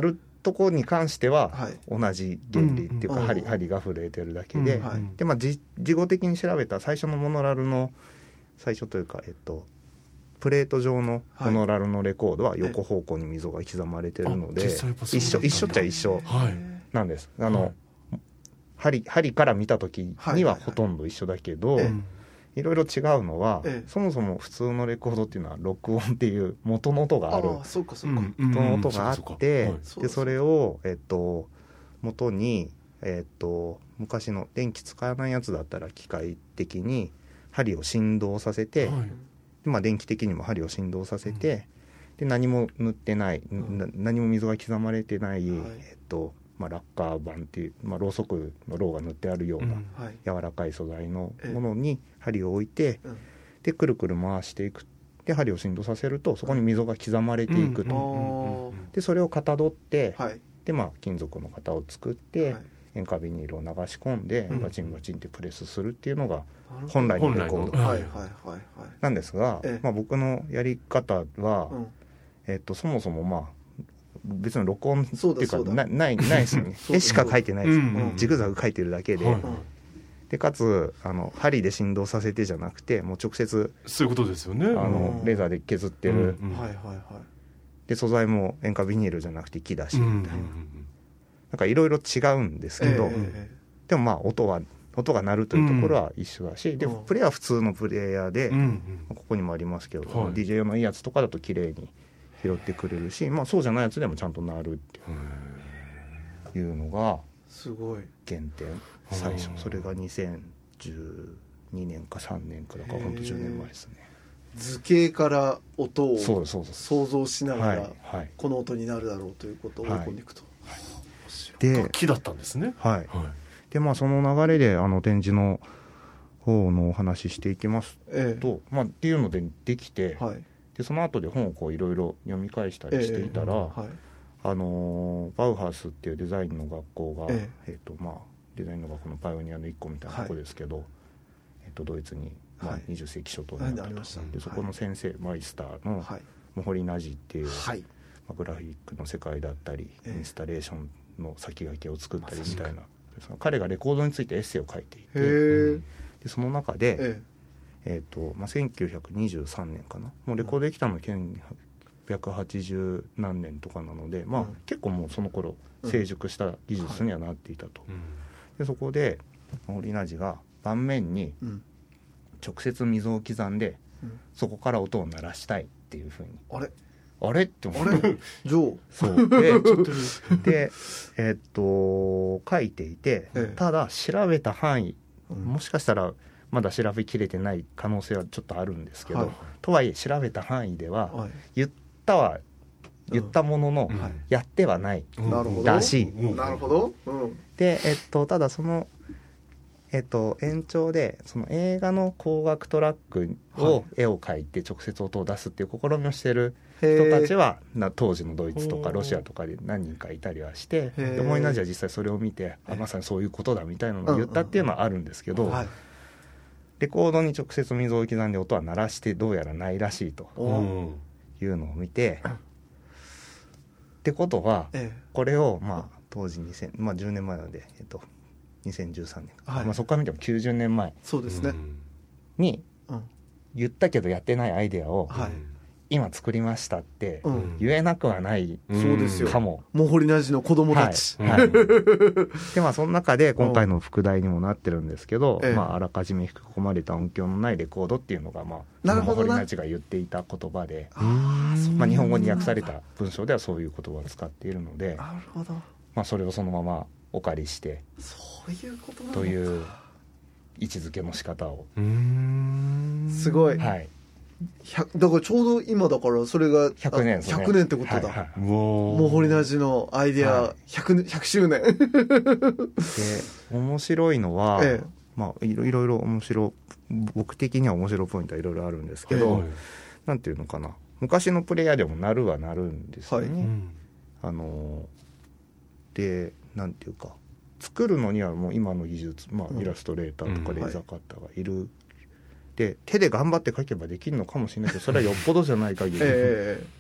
Speaker 3: ところに関しては同じ原理っていうか、
Speaker 2: うん、
Speaker 3: 針、針が震えてるだけで、
Speaker 2: うん、
Speaker 3: で、まあ、事後的に調べた最初のモノラルの最初というか、えっと、プレート状のモノラルのレコードは横方向に溝が刻まれてるので、一緒一緒っちゃ一緒なんです。あの、はい、針, 針から見た時にはほとんど一緒だけど、はいはいはい、いろいろ違うのは、ええ、そもそも普通のレコードっていうのは録音っていう元の音がある、
Speaker 2: あ、そうかそうか、
Speaker 3: 元の音があって、でそれを、えっと、元に、えっと、昔の電気使わないやつだったら機械的に針を振動させて、はい、でまあ、電気的にも針を振動させて、うん、で何も塗ってない、うん、何も溝が刻まれてない、はい、えっとまあ、ラッカー板っていう、まあ、ろうそくのろうが塗ってあるような柔らかい素材のものに針を置いて、うん、でくるくる回していく。で針を振動させるとそこに溝が刻まれていくと、うん、でそれをかたどって、はい、でまあ、金属の型を作って、はい、塩化ビニールを流し込んで、うん、バチンバチンってプレスするっていうのが本来のレコードなんですが、まあ、僕のやり方は、うんえっと、そもそもまあ別の録音っていうかなないないですよね絵しか書いてないですよ、うんうん、ジグザグ書いてるだけで、はい、でかつあの針で振動させてじゃなくてもう直接
Speaker 1: そういうことですよね、あ
Speaker 3: のレーザーで削ってる、うんうん、で素材も塩化ビニールじゃなくて木だしみたいな、うんうんうん、なんかいろいろ違うんですけど、えー、でもまあ音は音が鳴るというところは一緒だし、うん、でプレイヤーは普通のプレイヤーで、うんうん、ここにもありますけど、はい、ディージェー 用のいいやつとかだと綺麗に拾ってくれるし、まあ、そうじゃないやつでもちゃんと鳴るっていうのが
Speaker 2: すごい
Speaker 3: 原点最初。それがにせんじゅうにねんかさんねんかだからほんとじゅうねんまえですね。
Speaker 2: 図形から音を想像しながらこの音になるだろうということを追い込んでいくと、
Speaker 1: はいはい、で木だったんですね。
Speaker 3: はい、はい、でまあその流れであの展示の方のお話ししていきますと、ええまあ、っていうのでできて、はい、でその後で本をこういろいろ読み返したりしていたら、ええはい、あのバウハウスっていうデザインの学校が、えええーとまあ、デザインの学校のパイオニアの一個みたいなとこですけど、はいえー、とドイツに、まあ、にじゅっ世紀初頭にあったと、はい、でそこの先生、はい、マイスターのモホリナジっていう、はいまあ、グラフィックの世界だったり、ええ、インスタレーションの先駆けを作ったりみたいな、その彼がレコードについてエッセイを書いていて、でその中で、えええーとまあ、せんきゅうひゃくにじゅうさんねんかな、もうレコードできたのせんひゃくはちじゅう何年とかなので、まあ、うん、結構もうその頃成熟した技術にはなっていたと、うんはい、でそこでモホリナジが盤面に直接溝を刻んで、うん、そこから音を鳴らしたいっていうふうに、
Speaker 2: あれ
Speaker 3: あれって思って、
Speaker 2: あれジョー
Speaker 3: そうでで、えー、っと書いていて、ええ、ただ調べた範囲、うん、もしかしたらまだ調べきれてない可能性はちょっとあるんですけど、はい、とはいえ調べた範囲では、はい、言ったは言ったものの、うん、やってはないらしい、
Speaker 2: うん、なるほど、うん、
Speaker 3: で、えっと、ただその、えっと、延長でその映画の光学トラックを絵を描いて直接音を出すっていう試みをしてる人たちはな当時のドイツとかロシアとかで何人かいたりはして、でモホリナジは実際それを見てあまさにそういうことだみたいなのを言ったっていうのはあるんですけど、うんうんはいレコードに直接溝を刻んで音は鳴らしてどうやらないらしいというのを見て、ってことはこれをまあ当時にせん、まあ、じゅうねんまえなので、えっと、にせんじゅうさんねん、はいまあ、そこから見てもきゅうじゅうねんまえ
Speaker 2: そうですね
Speaker 3: に言ったけどやってないアイデアを今作りましたって言えなくはないかも。
Speaker 2: モホリナジの子供たち、
Speaker 3: はいはい、でまあその中で今回の副題にもなってるんですけど、まあ、あらかじめ吹き込まれた音響のないレコードっていうのが、まあ、モホリナジが言っていた言葉で、あ、まあ、日本語に訳された文章ではそういう言葉を使っているので、
Speaker 2: なるほど、
Speaker 3: まあ、それをそのままお借りして
Speaker 2: そういうことなのか
Speaker 3: という位置づけの仕方を、
Speaker 2: うーんすごい、
Speaker 3: はい
Speaker 2: だからちょうど今だからそれが
Speaker 3: ひゃくねん、
Speaker 2: ひゃくねんってことだ、はいはい、モホリナジのアイデア ひゃく, ひゃくしゅうねんで
Speaker 3: 面白いのは、ええまあ、いろいろ面白僕的には面白いポイントはいろいろあるんですけど、はい、なんていうのかな昔のプレイヤーでもなるはなるんですよね、はいうん、あのでなんていうか作るのにはもう今の技術、まあ、イラストレーターとかレーザーカッターがいる、うんはいで手で頑張って描けばできるのかもしれないけどそれはよっぽどじゃない限り、え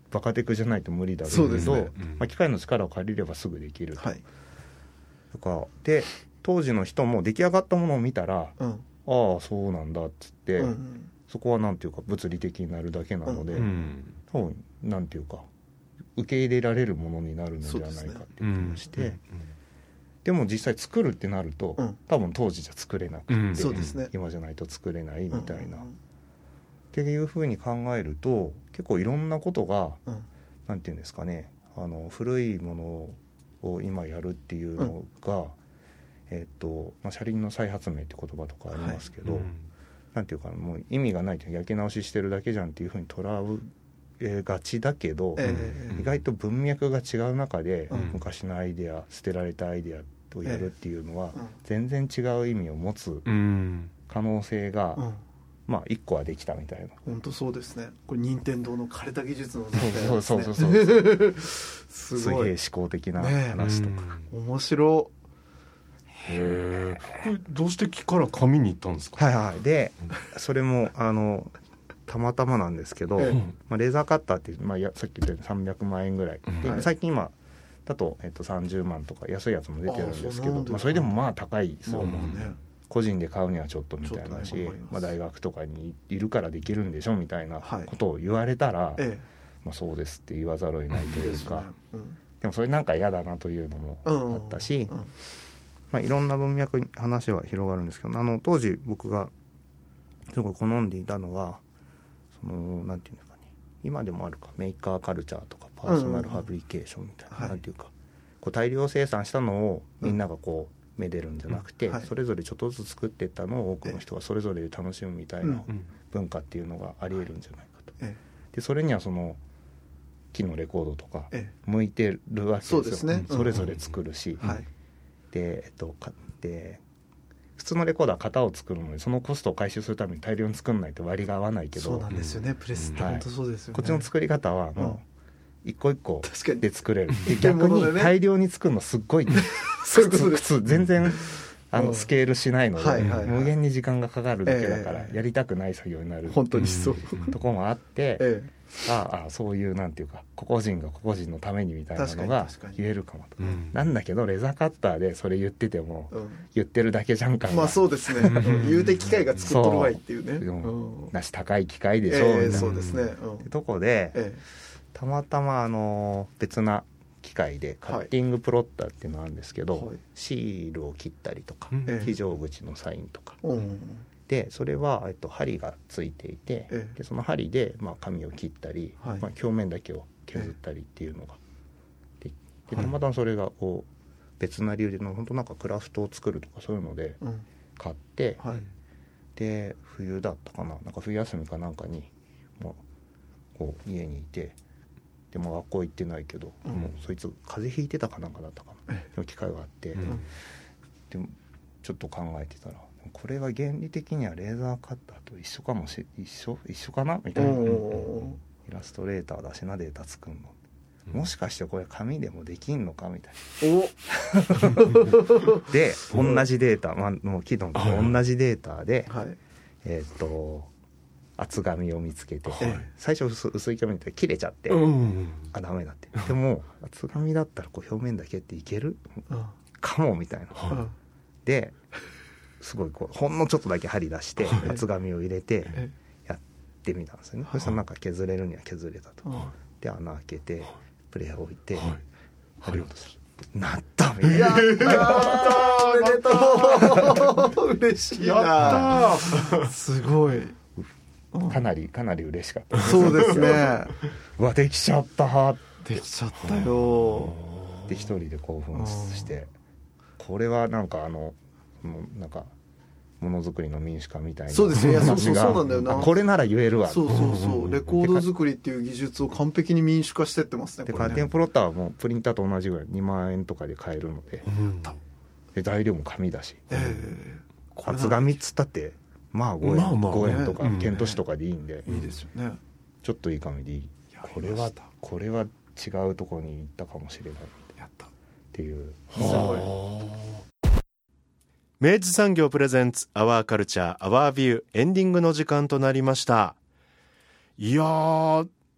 Speaker 3: バカテクじゃないと無理だろうけど、
Speaker 2: そうですね、
Speaker 3: まあ、機械の力を借りればすぐできると、
Speaker 2: はい、
Speaker 3: とかで当時の人も出来上がったものを見たら、うん、ああそうなんだっつって、うん、そこはなんていうか物理的になるだけなので、うん、多分なんていうか受け入れられるものになるのではないかっていう気がして、で, ねうんうん、でも実際作るってなると、うん、多分当時じゃ作れなくて、うんそうですね、今じゃないと作れないみたいな、うんうん、っていうふうに考えると結構いろんなことが、うん、なんていうんですかね、あの古いものを今やるっていうのが、うんえーとまあ、車輪の再発明って言葉とかありますけど、はいうん、なんていうかもう意味がないという焼き直ししてるだけじゃんっていうふうに捉えがちだけど、えー、意外と文脈が違う中で、うん、昔のアイデア捨てられたアイデアをやるっていうのは、えー、全然違う意味を持つ可能性が、うん、まあいっこはできたみたいな。
Speaker 2: 本当そうですね。これ任天堂の枯れた技術のみたいなですね。
Speaker 3: そうそうそうそうすごい水平思考的な話とか、
Speaker 2: ね、面白い。
Speaker 1: へこれどうして木から紙に行ったんですか？
Speaker 3: はいはい。でそれもあのたまたまなんですけど、ええまあ、レーザーカッターって、まあ、やさっき言ったようにさんびゃくまんえんぐらい、うんはい、最近今だと、えっと、さんじゅうまんとか安いやつも出てるんですけど、そ, まあ、それでもまあ高いですよ、まあまあね、個人で買うにはちょっとみたいなし、まあ、大学とかにいるからできるんでしょみたいなことを言われたら、はいまあ、そうですって言わざるを得ないというか、うん、でもそれなんか嫌だなというのもあったし、うんうんまあ、いろんな文脈に話は広がるんですけど、あの当時僕がすごい好んでいたのはそのなんていうんですかね、今でもあるかメーカーカルチャーとかパーソナルファブリケーションみたいな、うんうん、なんていうかこう大量生産したのをみんながこうめでるんじゃなくて、うんはい、それぞれちょっとずつ作っていったのを多くの人がそれぞれで楽しむみたいな文化っていうのがあり得るんじゃないかと、はい、でそれにはその木のレコードとか向いてるわけですよ、そうですね、それぞれ作るし、うんはいでえっと、で普通のレコーダー型を作るのでそのコストを回収するために大量に作んないと割りが合わないけど、
Speaker 2: そうなんですよね、プレスって本当そうですよね、
Speaker 3: こっちの作り方はもう一個一個で作れる、で逆に大量に作るのすっごい苦痛全然あのスケールしないので、はいはいはい、無限に時間がかかるだけだから、えー、やりたくない作業になる
Speaker 2: 本当にそう
Speaker 3: ところもあって、えー、ああそういうなんていうか個々人が個々人のためにみたいなのが言えるかもと、うん、なんだけどレザーカッターでそれ言ってても、うん、言ってるだけじゃんか
Speaker 2: まあそうですね言うて機械が作っとるわいっていうね、
Speaker 3: うん、だし高い機械でしょ、えー、みたいな
Speaker 2: そうですね、うん、
Speaker 3: ってとこで、えー、たまたまあの別な機械でカッティングプロッターっていうのがあるんですけど、はい、シールを切ったりとか、ええ、非常口のサインとか、うん、でそれは、えっと、針がついていて、ええ、でその針で、まあ、紙を切ったり、はいまあ、表面だけを削ったりっていうのが、ええ、でたまたまそれがこう別な理由での本当なんかクラフトを作るとかそういうので買って、うんはい、で冬だったかな、なんか冬休みかなんかにもうこう家にいてでも学校行ってないけど、うん、もうそいつ風邪ひいてたかなんかだったかなの機会があって、うん、でもちょっと考えてたらこれは原理的にはレーザーカッターと一緒かもし一緒一緒かなみたいな、イラストレーターだしなデータ作るの、うん、もしかしてこれ紙でもできんのかみたいなおで同じデータ、まあ、もう木の同じデータで、はい、えー、っと厚紙を見つけて、はい、最初 薄, 薄い紙で切れちゃって、うん、あダメだって、でも厚紙だったらこう表面だけっていける、うん、かもみたいな、うん、ですごいこうほんのちょっとだけ針出して厚紙を入れてやってみたんですよね、はい、そしたらなんか削れるには削れたと、はい、で穴開けてプレーを置いて針落とする、なったみたいな、やった
Speaker 2: ーおめでとう嬉しいな、やったすごい
Speaker 3: かなりかなり嬉しかった
Speaker 2: そうですね
Speaker 3: うわできちゃった
Speaker 2: できちゃったよ
Speaker 3: で一人で興奮して、これはなんかあのなんかものづくりの民主化みたいな、
Speaker 2: そうですね、いやそうそうそうなんだよな、
Speaker 3: これなら言えるわ、
Speaker 2: そうそうそう、レコード作りっていう技術を完璧に民主化してってますね。
Speaker 3: でカーテンプロッターはもうプリンターと同じぐらいにまんえんとかで買えるので、うん、で材料も紙だし、えー、厚紙っつったってまあごえん、まあまあね、ごえんとか、うん、県都市とかでいいんで、
Speaker 2: いいですよね、
Speaker 3: ちょっといい紙でいい、これはこれは違うところに行ったかもしれない
Speaker 2: やった
Speaker 3: っていう、
Speaker 1: 明治産業プレゼンツアワーカルチャーアワービュー、エンディングの時間となりました。いやー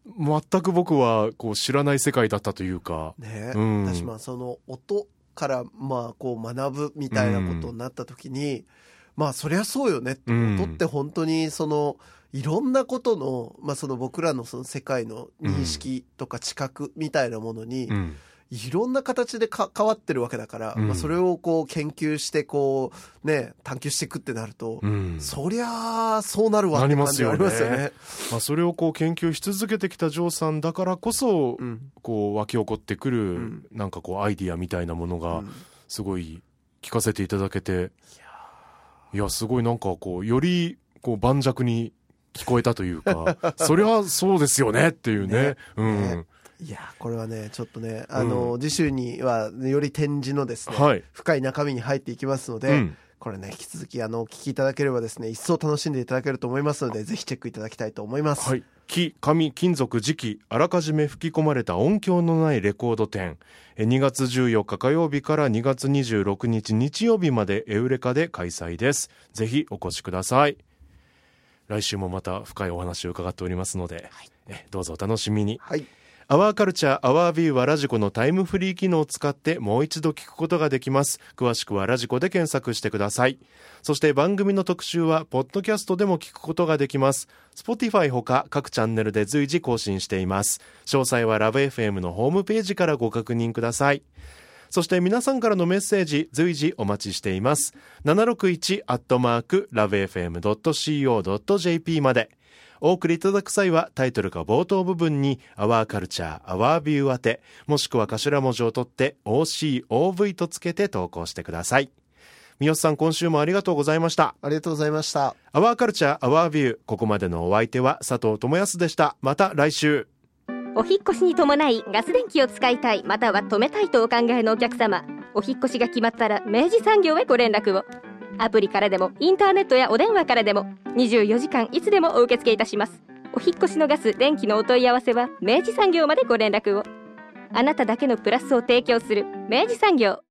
Speaker 1: 全く僕はこう知らない世界だったというか、
Speaker 2: ね、うん、私まあその音からまあこう学ぶみたいなことになった時に、うん、まあそりゃそうよねって、うん、音って本当にそのいろんなことの、まあ、その僕らのその世界の認識とか知覚みたいなものに、うん、いろんな形でか変わってるわけだから、うん、まあ、それをこう研究してこうね探求していくってなると、うん、そりゃあそうなるわって感じがありますよね。
Speaker 1: なりますよね。まあ、それをこう研究し続けてきたジョーさんだからこそ、うん、こう湧き起こってくる、うん、なんかこうアイディアみたいなものがすごい聞かせていただけて、うん、いやすごいなんかこうよりこう盤石に聞こえたというかそりゃそうですよねっていうね、ね、うん、ね、
Speaker 2: いやこれはねちょっとねあの、うん、次週にはより展示のですね、
Speaker 1: はい、
Speaker 2: 深い中身に入っていきますので、うん、これね引き続きあのお聞きいただければですね一層楽しんでいただけると思いますのでぜひチェックいただきたいと思います。
Speaker 1: はい、木、紙、金属、磁器あらかじめ吹き込まれた音響のないレコード展、にがつじゅうよっか火曜日からにがつにじゅうろくにち日曜日までエウレカで開催です。ぜひお越しください。来週もまた深いお話を伺っておりますので、はい、えどうぞお楽しみに。
Speaker 2: はい、
Speaker 1: アワーカルチャーアワービューはラジコのタイムフリー機能を使ってもう一度聞くことができます。詳しくはラジコで検索してください。そして番組の特集はポッドキャストでも聞くことができます。 Spotify ほか各チャンネルで随時更新しています。詳細はラブ エフエム のホームページからご確認ください。そして皆さんからのメッセージ随時お待ちしています。ななろくいちアットマークラブエフエムドットシーオードットジェーピー まで。お送りいただく際はタイトルか冒頭部分に Our Culture Our View 宛て、もしくは頭文字を取って オーシーオーブイ とつけて投稿してください。三好さん、今週もありがとうございました。
Speaker 2: ありがとうございました。
Speaker 1: Our Culture Our View、 ここまでのお相手は佐藤智康でした。また来週。
Speaker 4: お引越しに伴いガス電気を使いたいまたは止めたいとお考えのお客様、お引越しが決まったら明治産業へご連絡を。アプリからでもインターネットやお電話からでもにじゅうよじかんいつでもお受け付けいたします。お引越しのガス電気のお問い合わせは明治産業までご連絡を。あなただけのプラスを提供する明治産業。